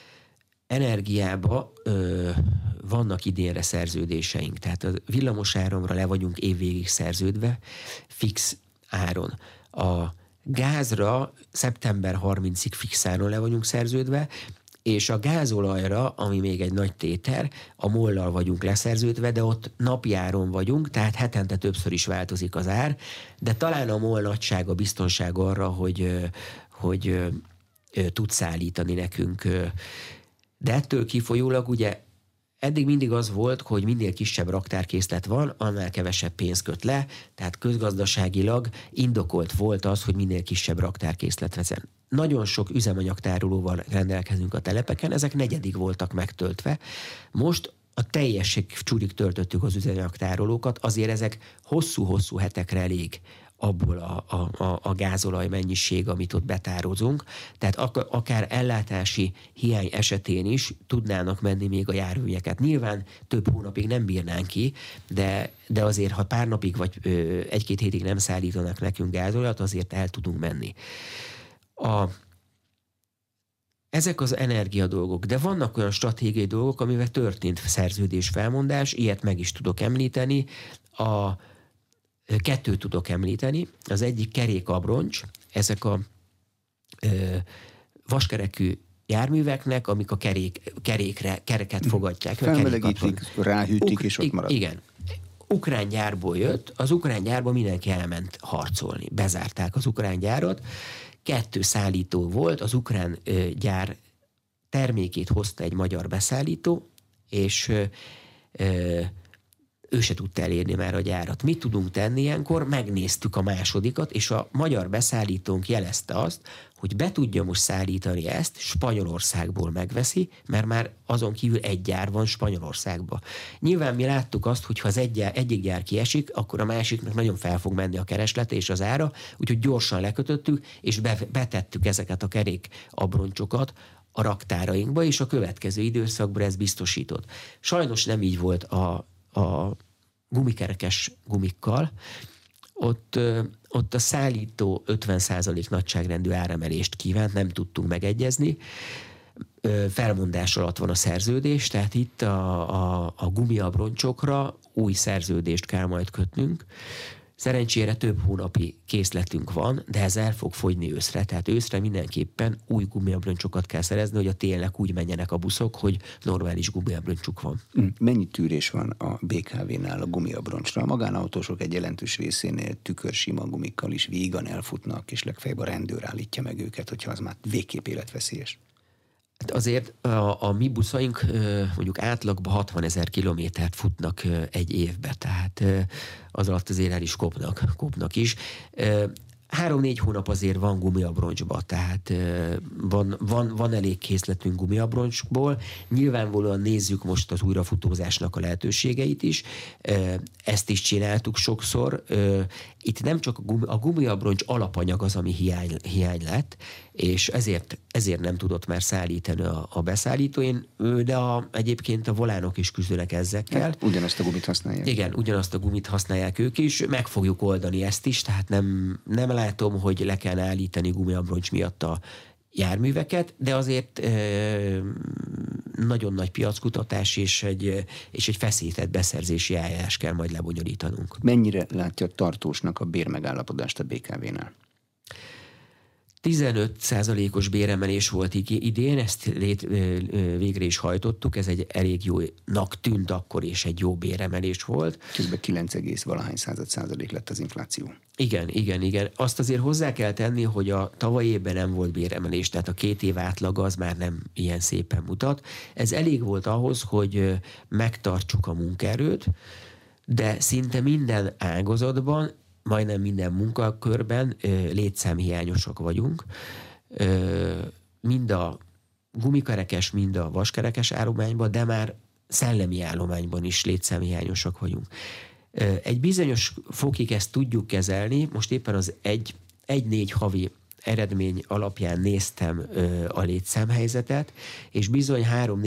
energiába ö, vannak idénre szerződéseink, tehát a villamos áramra le vagyunk évvégig szerződve, fix áron. A gázra szeptember harmincadikáig fix áron le vagyunk szerződve, és a gázolajra, ami még egy nagy tétel, a mollal vagyunk leszerződve, de ott napi áron vagyunk, tehát hetente többször is változik az ár, de talán a moll nagysága, biztonság arra, hogy, hogy tud szállítani nekünk. De ettől kifolyólag ugye eddig mindig az volt, hogy minél kisebb raktárkészlet van, annál kevesebb pénz köt le, tehát közgazdaságilag indokolt volt az, hogy minél kisebb raktárkészlet vezet. Nagyon sok üzemanyagtárolóval rendelkezünk a telepeken, ezek negyedik voltak megtöltve. Most a teljes csúrig töltöttük az üzemanyagtárolókat, azért ezek hosszú-hosszú hetekre elég abból a, a, a, a gázolaj mennyiség, amit ott betározunk. Tehát ak- akár ellátási hiány esetén is tudnának menni még a járműveket. Nyilván több hónapig nem bírnánk ki, de, de azért, ha pár napig vagy ö, egy-két hétig nem szállítanak nekünk gázolajat, azért el tudunk menni. A, ezek az energia dolgok, de vannak olyan stratégiai dolgok, amivel történt szerződés felmondás, ilyet meg is tudok említeni. A Kettőt tudok említeni. Az egyik kerékabroncs, ezek a ö, vaskerekű járműveknek, amik a kerék, kerékre, kereket fogadják. Felmelegítik, ráhűtik, Uk- és ott marad. Igen. Ukrán gyárból jött, az ukrán gyárba mindenki elment harcolni. Bezárták az ukrán gyárat, kettő szállító volt, az ukrán ö, gyár termékét hozta egy magyar beszállító, és ö, ö, ő se tudta elérni már a gyárat. Mit tudunk tenni ilyenkor? Megnéztük a másodikat, és a magyar beszállítónk jelezte azt, hogy be tudja most szállítani ezt, Spanyolországból megveszi, mert már azon kívül egy gyár van Spanyolországban. Nyilván mi láttuk azt, hogy ha az egy gyár, egyik gyár kiesik, akkor a másiknak nagyon fel fog menni a kereslete és az ára, úgyhogy gyorsan lekötöttük, és be, betettük ezeket a kerék abroncsokat a raktárainkba, és a következő időszakban ez biztosított. Sajnos nem így volt a a gumikerekes gumikkal, ott, ott a szállító ötven százalék nagyságrendű áremelést kívánt, nem tudtunk megegyezni. Felmondás alatt van a szerződés, tehát itt a, a, a gumiabroncsokra új szerződést kell majd kötnünk. Szerencsére több hónapi készletünk van, de ez el fog fogyni őszre, tehát őszre mindenképpen új gumiabroncsokat kell szerezni, hogy a télnek úgy menjenek a buszok, hogy normális gumiabroncsuk van. Mennyi tűrés van a bé ká vé-nál a gumiabroncsra? A magánautósok egy jelentős részénél tükörsima gumikkal is vígan elfutnak, és legfeljebb a rendőr állítja meg őket, hogyha az már végképp életveszélyes. Azért a, a mi buszaink mondjuk átlagban hatvanezer kilométert futnak egy évbe, tehát az alatt azért el is kopnak, kopnak is. Három-négy hónap azért van gumiabroncsba, tehát van, van, van elég készletünk gumiabroncsból. Nyilvánvalóan nézzük most az újrafutózásnak a lehetőségeit is. Ezt is csináltuk sokszor. Itt nem csak a, gumi, a gumiabroncs alapanyag az, ami hiány, hiány lett, és ezért, ezért nem tudott már szállítani a, a beszállító. Én, de a, egyébként a volánok is küzdenek ezekkel. Hát, ugyanazt a gumit használják. Igen, ugyanazt a gumit használják ők is. Meg fogjuk oldani ezt is, tehát nem, nem látom, hogy le kell állítani gumiabroncs miatt a járműveket, de azért e, nagyon nagy piackutatás és egy, és egy feszített beszerzési eljárás kell majd lebonyolítanunk. Mennyire látja tartósnak a bérmegállapodást a bé ká vé-nál? tizenöt százalékos béremelés volt idén, ezt lét, végre is hajtottuk, ez egy elég jónak tűnt akkor, és egy jó béremelés volt. Közben kilenc egész valahány század százalék lett az infláció. Igen, igen, igen. Azt azért hozzá kell tenni, hogy a tavaly évben nem volt béremelés, tehát a két év átlaga az már nem ilyen szépen mutat. Ez elég volt ahhoz, hogy megtartsuk a munkaerőt, de szinte minden ágazatban, majdnem minden munkakörben létszámhiányosak vagyunk. Mind a gumikerekes, mind a vaskerekes állományban, de már szellemi állományban is létszámhiányosak vagyunk. Egy bizonyos fokig ezt tudjuk kezelni, most éppen az egy, egy-négy havi eredmény alapján néztem ö, a létszámhelyzetet, és bizony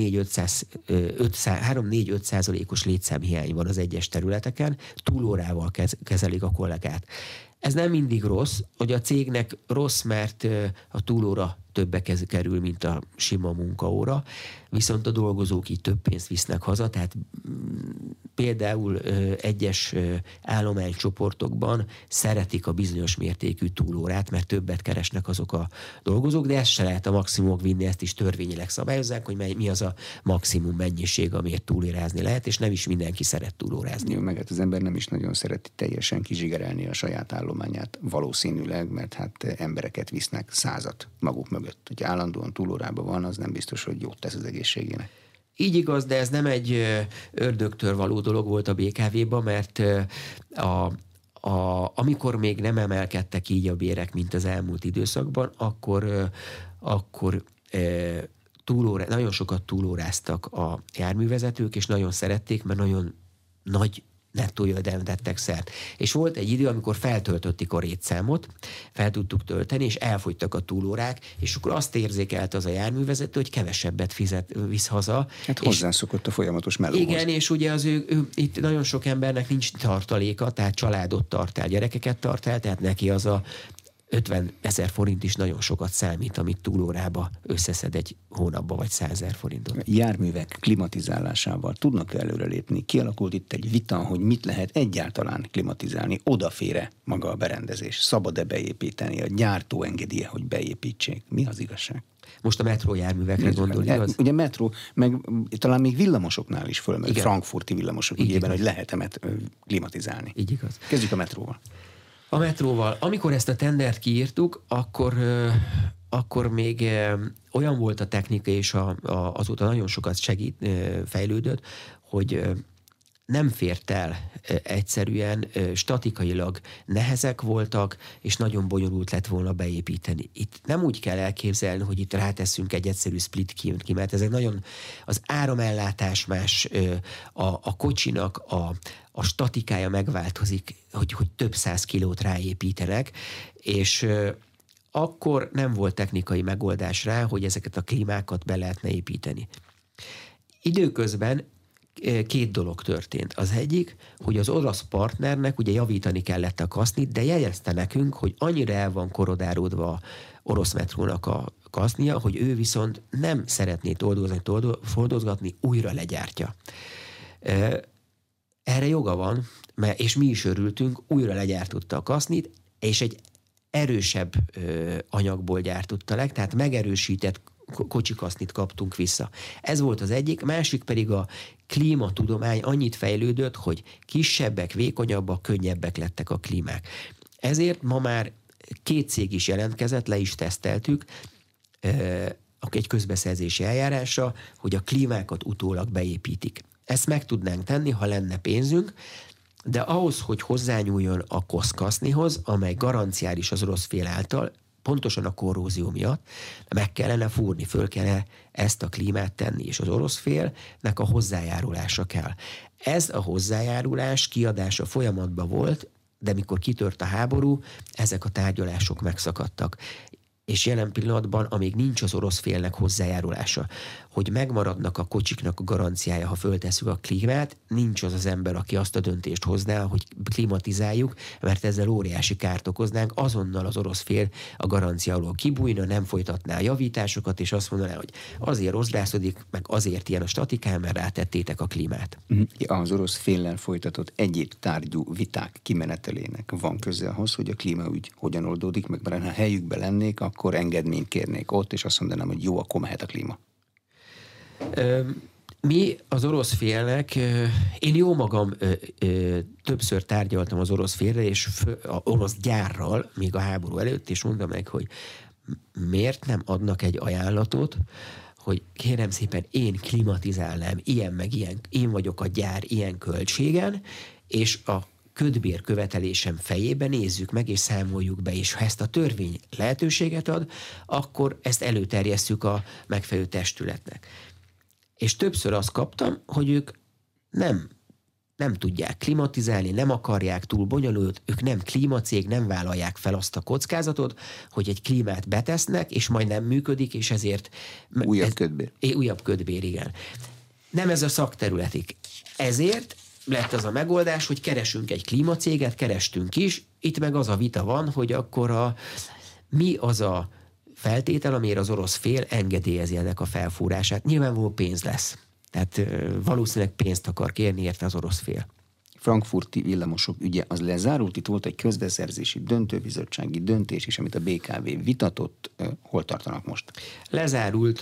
három-négy-öt százalékos létszámhiány van az egyes területeken, túlórával kez, kezelik a kollégát. Ez nem mindig rossz, hogy a cégnek rossz, mert ö, a túlóra többe kerül, mint a sima munkaóra, viszont a dolgozók így több pénzt visznek haza, tehát például ö, egyes ö, állománycsoportokban szeretik a bizonyos mértékű túlórát, mert többet keresnek azok a dolgozók, de ezt se lehet a maximumok vinni, ezt is törvényileg szabályozzák, hogy mi az a maximum mennyiség, amiért túlórázni lehet, és nem is mindenki szeret túlórázni. Jó, meg hát az ember nem is nagyon szereti teljesen kizsigerelni a saját állományát, valószínűleg, mert hát embereket visznek százat maguk mögött. Hogy állandóan túlórában van, az nem biztos, hogy jót tesz az egészségének. Így igaz, de ez nem egy ördögtől való dolog volt a bé ká vé-ban, mert a, a, amikor még nem emelkedtek így a bérek, mint az elmúlt időszakban, akkor, akkor túlórá, nagyon sokat túlóráztak a járművezetők, és nagyon szerették, mert nagyon nagy nettó jövedelmet tettek szert. És volt egy idő, amikor feltöltötték a rétszámot, fel tudtuk tölteni, és elfogytak a túlórák, és akkor azt érzékelte az a járművezető, hogy kevesebbet fizet, visz haza. Hát hozzászokott a folyamatos melóhoz. Igen, és ugye az ő, ő, itt nagyon sok embernek nincs tartaléka, tehát családot tart el, gyerekeket tart el, tehát neki az a ötven ezer forint is nagyon sokat számít, amit túlórába összeszed egy hónapba, vagy százezer forintot. Járművek klimatizálásával tudnak előrelépni? Kialakult itt egy vita, hogy mit lehet egyáltalán klimatizálni, odafér-e maga a berendezés, szabad-e beépíteni, a gyártó engedélye, hogy beépítsék. Mi az igazság? Most a metrójárművekre gondolni, igaz? Ugye metró, meg talán még villamosoknál is fölmerül, frankfurti villamosok ügyében, hogy lehet-e klimatizálni. Így igaz. Kezdjük a metróval. A metróval. Amikor ezt a tendert kiírtuk, akkor, akkor még olyan volt a technika, és a, a, azóta nagyon sokat segít, fejlődött, hogy nem fért el egyszerűen, statikailag nehezek voltak, és nagyon bonyolult lett volna beépíteni. Itt nem úgy kell elképzelni, hogy itt ráteszünk egy egyszerű split ki, mert ezek nagyon, az áramellátás más, a, a kocsinak a, a statikája megváltozik, hogy, hogy több száz kilót ráépítenek, és akkor nem volt technikai megoldás rá, hogy ezeket a klímákat be lehetne építeni. Időközben két dolog történt. Az egyik, hogy az orosz partnernek ugye javítani kellett a kasznit, de jegyezte nekünk, hogy annyira el van korodárodva a orosz metrónak a kasznia, hogy ő viszont nem szeretné toldozni, fordozgatni, újra legyártja. Erre joga van, mert, és mi is örültünk, újra legyártotta a kasznit, és egy erősebb anyagból gyártotta le, tehát megerősített kocsikasznit kaptunk vissza. Ez volt az egyik, másik pedig a klímatudomány annyit fejlődött, hogy kisebbek, vékonyabbak, könnyebbek lettek a klímák. Ezért ma már két cég is jelentkezett, le is teszteltük egy közbeszerzési eljárásra, hogy a klímákat utólag beépítik. Ezt meg tudnánk tenni, ha lenne pénzünk, de ahhoz, hogy hozzányúljon a koszkasznihoz, amely garanciális az orosz fél által, pontosan a korrózió miatt meg kellene fúrni, föl kellene ezt a klímát tenni, és az orosz félnek a hozzájárulása kell. Ez a hozzájárulás kiadása folyamatban volt, de mikor kitört a háború, ezek a tárgyalások megszakadtak. És jelen pillanatban, amíg nincs az orosz félnek hozzájárulása, hogy megmaradnak a kocsiknak a garanciája, ha föltesszük a klímát, nincs az az ember, aki azt a döntést hozná, hogy klimatizáljuk, mert ezzel óriási kárt okoznánk, azonnal az orosz fél a garancia alól kibújna, nem folytatná a javításokat, és azt mondaná, hogy azért rozdászodik, meg azért ilyen a statikán, mert rátettétek a klímát. Az orosz féllel folytatott egyéb tárgyú viták kimenetelének van köze ahhoz, hogy a klímaügy hogyan oldódik, meg mert ha helyükben lennék, akkor engedményt kérnék ott, és azt mondanám, hogy jó, akkor mehet a klíma. Mi az orosz félnek, én jó magam többször tárgyaltam az orosz félre, és az orosz gyárral, még a háború előtt, és mondtam meg, hogy miért nem adnak egy ajánlatot, hogy kérem szépen én klimatizálnám, ilyen meg ilyen, én vagyok a gyár ilyen költségen, és a kötbér követelésem fejében nézzük meg, és számoljuk be, és ha ezt a törvény lehetőséget ad, akkor ezt előterjesszük a megfelelő testületnek. És többször azt kaptam, hogy ők nem, nem tudják klimatizálni, nem akarják, túl bonyolult, ők nem klímacég, nem vállalják fel azt a kockázatot, hogy egy klímát betesznek, és majd nem működik, és ezért... Újabb ez, kötbér. Újabb kötbér, igen. Nem ez a szakterületik. Ezért lett az a megoldás, hogy keresünk egy klímacéget, kerestünk is, itt meg az a vita van, hogy akkor a, mi az a feltétel, amire az orosz fél engedélyezi ennek a felfúrását. Nyilvánvaló pénz lesz. Tehát valószínűleg pénzt akar kérni érte az orosz fél. Frankfurti villamosok ügye az lezárult, itt volt egy közbeszerzési döntőbizottsági döntés is, amit a bé ká vé vitatott. Hol tartanak most? Lezárult,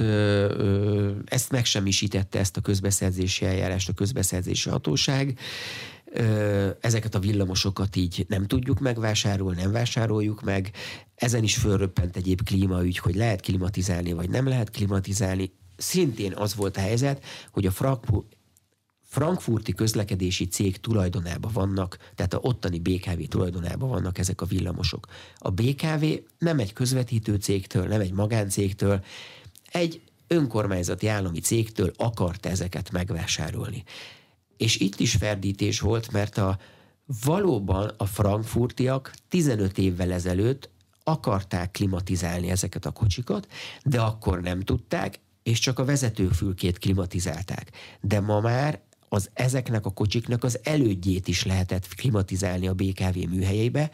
ezt megsemmisítette, ezt a közbeszerzési eljárást a közbeszerzési hatóság. Ezeket a villamosokat így nem tudjuk megvásárolni, nem vásároljuk meg. Ezen is fölröppent egyéb klímaügy, hogy lehet klimatizálni, vagy nem lehet klimatizálni. Szintén az volt a helyzet, hogy a Frankfurt frankfurti közlekedési cég tulajdonában vannak, tehát a ottani bé ká vé tulajdonában vannak ezek a villamosok. A bé ká vé nem egy közvetítő cégtől, nem egy magáncégtől, egy önkormányzati állami cégtől akarta ezeket megvásárolni. És itt is ferdítés volt, mert a, valóban a frankfurtiak tizenöt évvel ezelőtt akarták klimatizálni ezeket a kocsikat, de akkor nem tudták, és csak a vezetőfülkét klimatizálták. De ma már az ezeknek a kocsiknak az elődjét is lehetett klimatizálni a bé ká vé műhelyébe,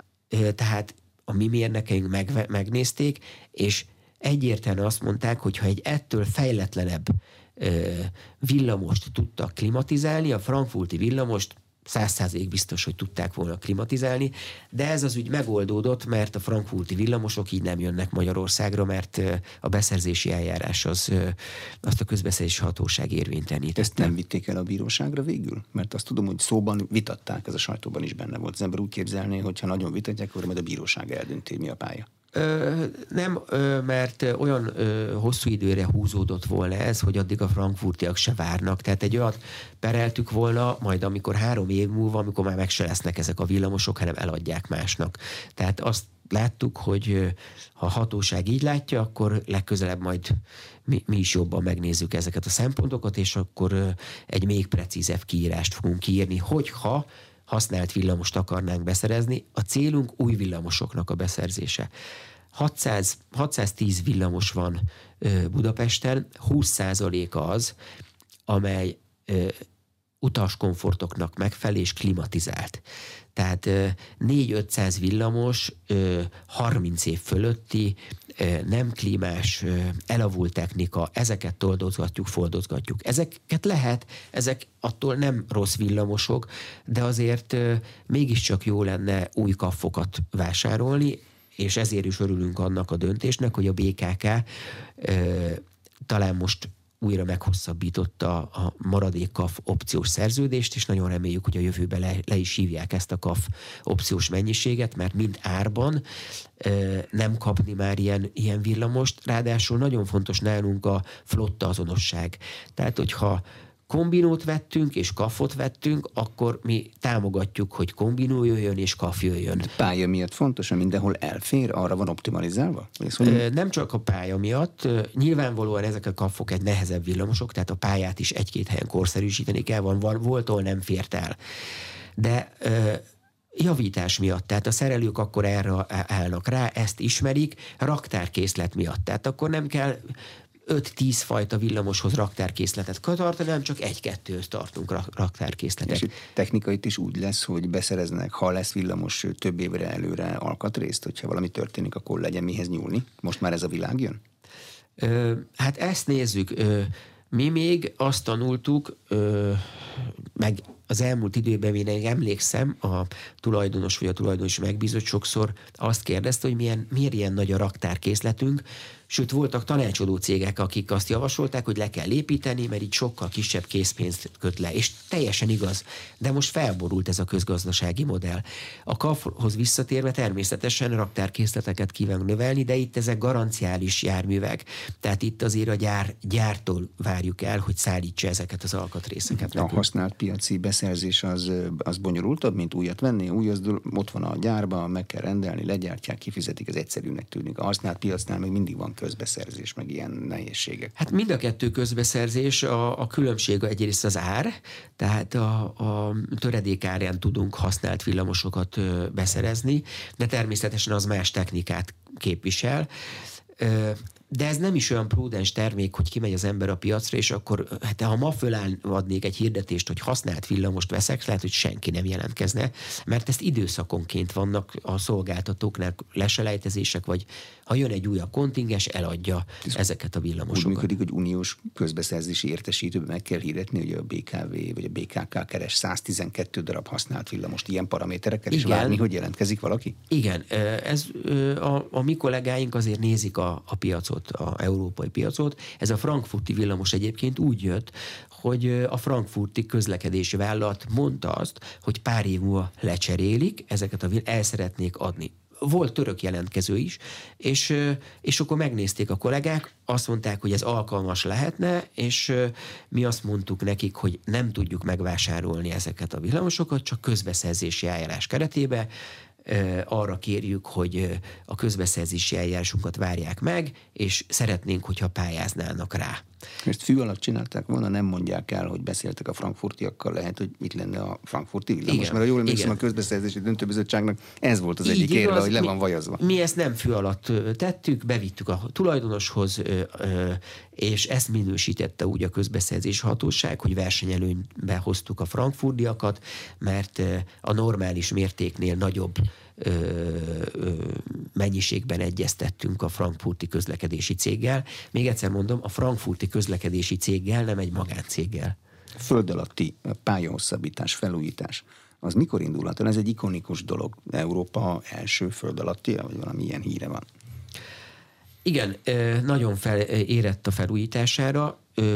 tehát a mi mérnökeink meg, megnézték, és egyértelműen azt mondták, hogy ha egy ettől fejletlenebb villamost tudtak klimatizálni, a frankfurti villamost száz százalék biztos, hogy tudták volna klimatizálni, de ez az ügy megoldódott, mert a frankfurti villamosok így nem jönnek Magyarországra, mert a beszerzési eljárás az, azt a közbeszerzési hatóság érvénytelenítette. Ezt nem vitték el a bíróságra végül? Mert azt tudom, hogy szóban vitatták, ez a sajtóban is benne volt. Az ember úgy képzelné, hogy ha nagyon vitatják, akkor majd a bíróság eldönti, mi a pálya. Ö, nem, ö, mert olyan ö, hosszú időre húzódott volna ez, hogy addig a frankfurtiak se várnak. Tehát egy olyat pereltük volna, majd amikor három év múlva, amikor már meg se lesznek ezek a villamosok, hanem eladják másnak. Tehát azt láttuk, hogy ha a hatóság így látja, akkor legközelebb majd mi, mi is jobban megnézzük ezeket a szempontokat, és akkor egy még precízebb kiírást fogunk írni, hogyha használt villamost akarnánk beszerezni. A célunk új villamosoknak a beszerzése. hatszáz, hatszáztíz villamos van ö, Budapesten, húsz százaléka az, amely ö, utaskomfortoknak megfelel és klimatizált. Tehát négy-ötszáz villamos, ö, harminc év fölötti, ö, nem klímás, ö, elavult technika, ezeket toldozgatjuk, foldozgatjuk. Ezeket lehet, ezek attól nem rossz villamosok, de azért ö, mégiscsak jó lenne új kaffokat vásárolni, és ezért is örülünk annak a döntésnek, hogy a bé ká ká ö, talán most újra meghosszabbította a maradék kaf opciós szerződést, és nagyon reméljük, hogy a jövőben le, le is hívják ezt a kaf opciós mennyiséget, mert mind árban ö, nem kapni már ilyen, ilyen villamost. Ráadásul nagyon fontos nálunk a flotta azonosság. Tehát, hogyha kombinót vettünk és kafot vettünk, akkor mi támogatjuk, hogy kombinó jöjjön és kaf jöjjön. A pálya miatt fontos, hogy mindenhol elfér, arra van optimalizálva? Ö, nem csak a pálya miatt, nyilvánvalóan ezek a kafok egy nehezebb villamosok, tehát a pályát is egy-két helyen korszerűsíteni kell, van, van volt, ahol nem fért el. De ö, javítás miatt, tehát a szerelők akkor erre állnak rá, ezt ismerik, raktárkészlet miatt, tehát akkor nem kell öt-tíz fajta villamoshoz raktárkészletet tartani, nem csak egy-kettőhöz tartunk raktárkészletet. És technikait is úgy lesz, hogy beszereznek, ha lesz villamos több évre előre alkatrészt, hogyha valami történik, akkor legyen mihez nyúlni. Most már ez a világ jön? Ö, hát ezt nézzük. Ö, mi még azt tanultuk, ö, meg az elmúlt időben én emlékszem, a tulajdonos vagy a tulajdonos megbízott sokszor azt kérdezte, hogy milyen, miért ilyen nagy a raktárkészletünk, sőt voltak tanácsadó cégek, akik azt javasolták, hogy le kell építeni, mert így sokkal kisebb készpénzt köt le, és teljesen igaz. De most felborult ez a közgazdasági modell. A kafhoz visszatérve természetesen raktárkészleteket kívánunk növelni, de itt ezek garanciális járművek. Tehát itt azért a gyár, gyártól várjuk el, hogy szállítsa ezeket az alkatrészeket. A használt piaci beszerzés az, az bonyolultabb, mint újat venni. Új az ott van a gyárban, meg kell rendelni, legyártják, kifizetik, az egyszerűnek tűnik. A használt piacnál még mindig van közbeszerzés, meg ilyen nehézségek. Hát mind a kettő közbeszerzés, a, a különbség egyrészt az ár, tehát a, a töredék árán tudunk használt villamosokat ö, beszerezni, de természetesen az más technikát képvisel. Ö, De ez nem is olyan prudens termék, hogy kimegy az ember a piacra, és akkor, hát ha ma föladnék egy hirdetést, hogy használt villamost veszek, lehet, hogy senki nem jelentkezne, mert ezt időszakonként vannak a szolgáltatóknak leselejtezések, vagy ha jön egy újabb kontingens, eladja ez ezeket a villamosokat. Úgy működik, hogy uniós közbeszerzési értesítőben meg kell hirdetni, hogy a bé ká vé vagy a bé ká ká keres száztizenkettő darab használt villamost ilyen paraméterekkel, és várni, hogy jelentkezik valaki? Igen, ez a, a mi kollégáink azért nézik a, a piacot, a európai piacot. Ez a frankfurti villamos egyébként úgy jött, hogy a frankfurti közlekedési vállalat mondta azt, hogy pár év múlva lecserélik, ezeket a vill- el szeretnék adni. Volt török jelentkező is, és, és akkor megnézték a kollégák, azt mondták, hogy ez alkalmas lehetne, és mi azt mondtuk nekik, hogy nem tudjuk megvásárolni ezeket a villamosokat, csak közbeszerzési eljárás keretében. Arra kérjük, hogy a közbeszerzési eljárásunkat várják meg, és szeretnénk, hogyha pályáznának rá. Ezt fű alatt csinálták volna, nem mondják el, hogy beszéltek a frankfurtiakkal, lehet, hogy itt lenne a frankfurti villamos, igen, mert ha jól emlékszem, a közbeszerzési döntőbizottságnak ez volt az egyik érve, hogy le van vajazva. Mi, mi ezt nem fű alatt tettük, bevittük a tulajdonoshoz, és ezt minősítette úgy a közbeszerzési hatóság, hogy versenyelőnybe hoztuk a frankfurtiakat, mert a normális mértéknél nagyobb Ö, ö, mennyiségben egyeztettünk a frankfurti közlekedési céggel. Még egyszer mondom, a frankfurti közlekedési céggel, nem egy magáncéggel. Föld alatti pályahosszabbítás, felújítás, az mikor indulhat el? Ez egy ikonikus dolog. Európa első föld alatti, vagy valami ilyen híre van. Igen, nagyon fel, érett a felújítására,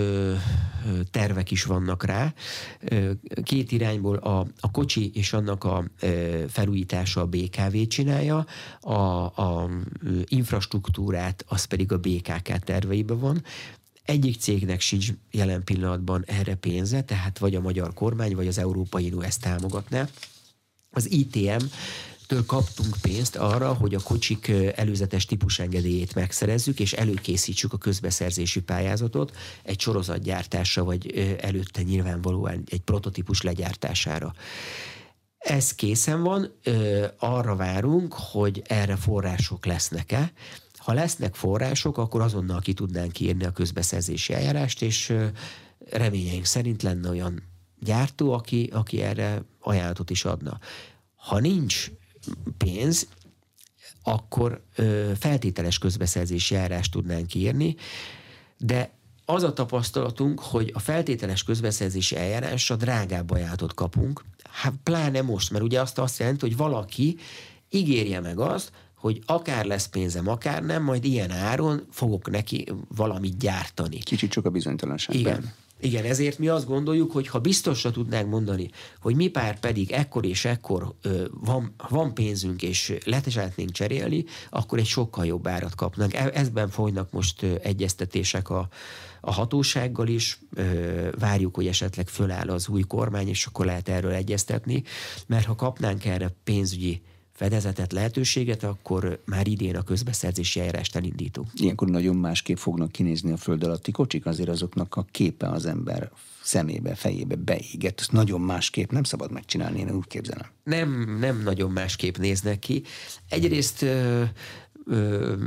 tervek is vannak rá. Két irányból a, a kocsi és annak a felújítása a bé ká vé csinálja, a, a infrastruktúrát az pedig a bé ká ká terveiben van. Egyik cégnek sincs jelen pillanatban erre pénze, tehát vagy a magyar kormány, vagy az Európai Unió ezt támogatná. Az i té em től kaptunk pénzt arra, hogy a kocsik előzetes típusengedélyét megszerezzük, és előkészítsük a közbeszerzési pályázatot egy sorozatgyártásra, vagy előtte nyilvánvalóan egy prototípus legyártására. Ez készen van, arra várunk, hogy erre források lesznek-e. Ha lesznek források, akkor azonnal ki tudnánk írni a közbeszerzési eljárást, és reményeink szerint lenne olyan gyártó, aki, aki erre ajánlatot is adna. Ha nincs pénz, akkor ö, feltételes közbeszerzési eljárást tudnánk írni, de az a tapasztalatunk, hogy a feltételes közbeszerzési eljárásra drágább ajánlatot kapunk, hát pláne most, mert ugye azt, azt jelenti, hogy valaki ígérje meg azt, hogy akár lesz pénzem, akár nem, majd ilyen áron fogok neki valamit gyártani. Kicsit csak a bizonytalanság. Igen. Igen, ezért mi azt gondoljuk, hogy ha biztosra tudnánk mondani, hogy mi pár pedig ekkor és ekkor ö, van, van pénzünk, és le szeretnénk cserélni, akkor egy sokkal jobb árat kapnánk. Ezben folynak most ö, egyeztetések a, a hatósággal is. Ö, várjuk, hogy esetleg föláll az új kormány, és akkor lehet erről egyeztetni, mert ha kapnánk erre pénzügyi fedezetet, lehetőséget, akkor már idén a közbeszerzési eljárást elindítunk. Ilyenkor nagyon másképp fognak kinézni a föld alatti kocsik, azért azoknak a képe az ember szemébe, fejébe beégett. Ezt nagyon másképp nem szabad megcsinálni, én úgy képzelem. Nem, nem nagyon másképp néznek ki. Egyrészt ö, ö,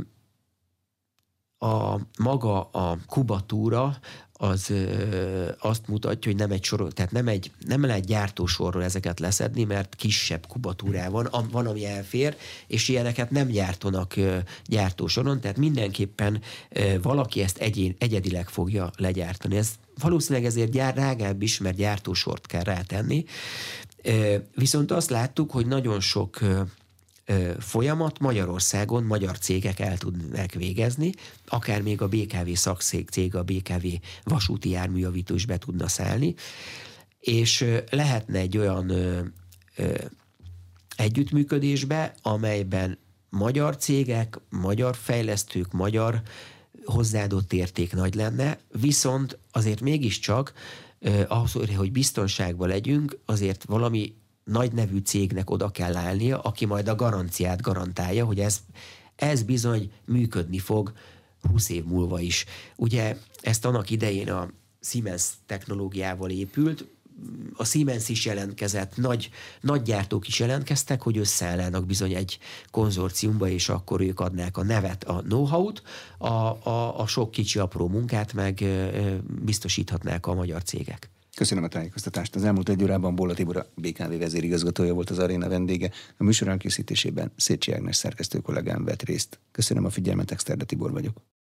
a maga a kubatúra az ö, azt mutatja, hogy nem egy sorol, tehát nem, egy, nem lehet gyártósorról ezeket leszedni, mert kisebb kubatúrá van, van, ami elfér, és ilyeneket nem gyártanak ö, gyártósoron, tehát mindenképpen ö, valaki ezt egyén, egyedileg fogja legyártani. Ez valószínűleg ezért gyár, drágább is, mert gyártósort kell rátenni. Ö, viszont azt láttuk, hogy nagyon sok ö, folyamat Magyarországon magyar cégek el tudnak végezni, akár még a bé ká vé szakszég cég, a bé ká vé vasúti járműjavító is be tudna szállni, és lehetne egy olyan ö, ö, együttműködésbe, amelyben magyar cégek, magyar fejlesztők, magyar hozzáadott érték nagy lenne, viszont azért mégiscsak ö, ahhoz, hogy biztonságban legyünk, azért valami nagy nevű cégnek oda kell állnia, aki majd a garanciát garantálja, hogy ez, ez bizony működni fog húsz év múlva is. Ugye ezt annak idején a Siemens technológiával épült, a Siemens is jelentkezett, nagy, nagy gyártók is jelentkeztek, hogy összeállnának bizony egy konzorciumba, és akkor ők adnák a nevet, a know-how-t, a, a, a sok kicsi apró munkát meg biztosíthatnák a magyar cégek. Köszönöm a tájékoztatást. Az elmúlt egy órában Bolla Tibor, a bé ká vé vezérigazgatója volt az aréna vendége. A műsor elkészítésében Szécsi Ágnes szerkesztő kollégám vett részt. Köszönöm a figyelmet, Exterde Tibor vagyok.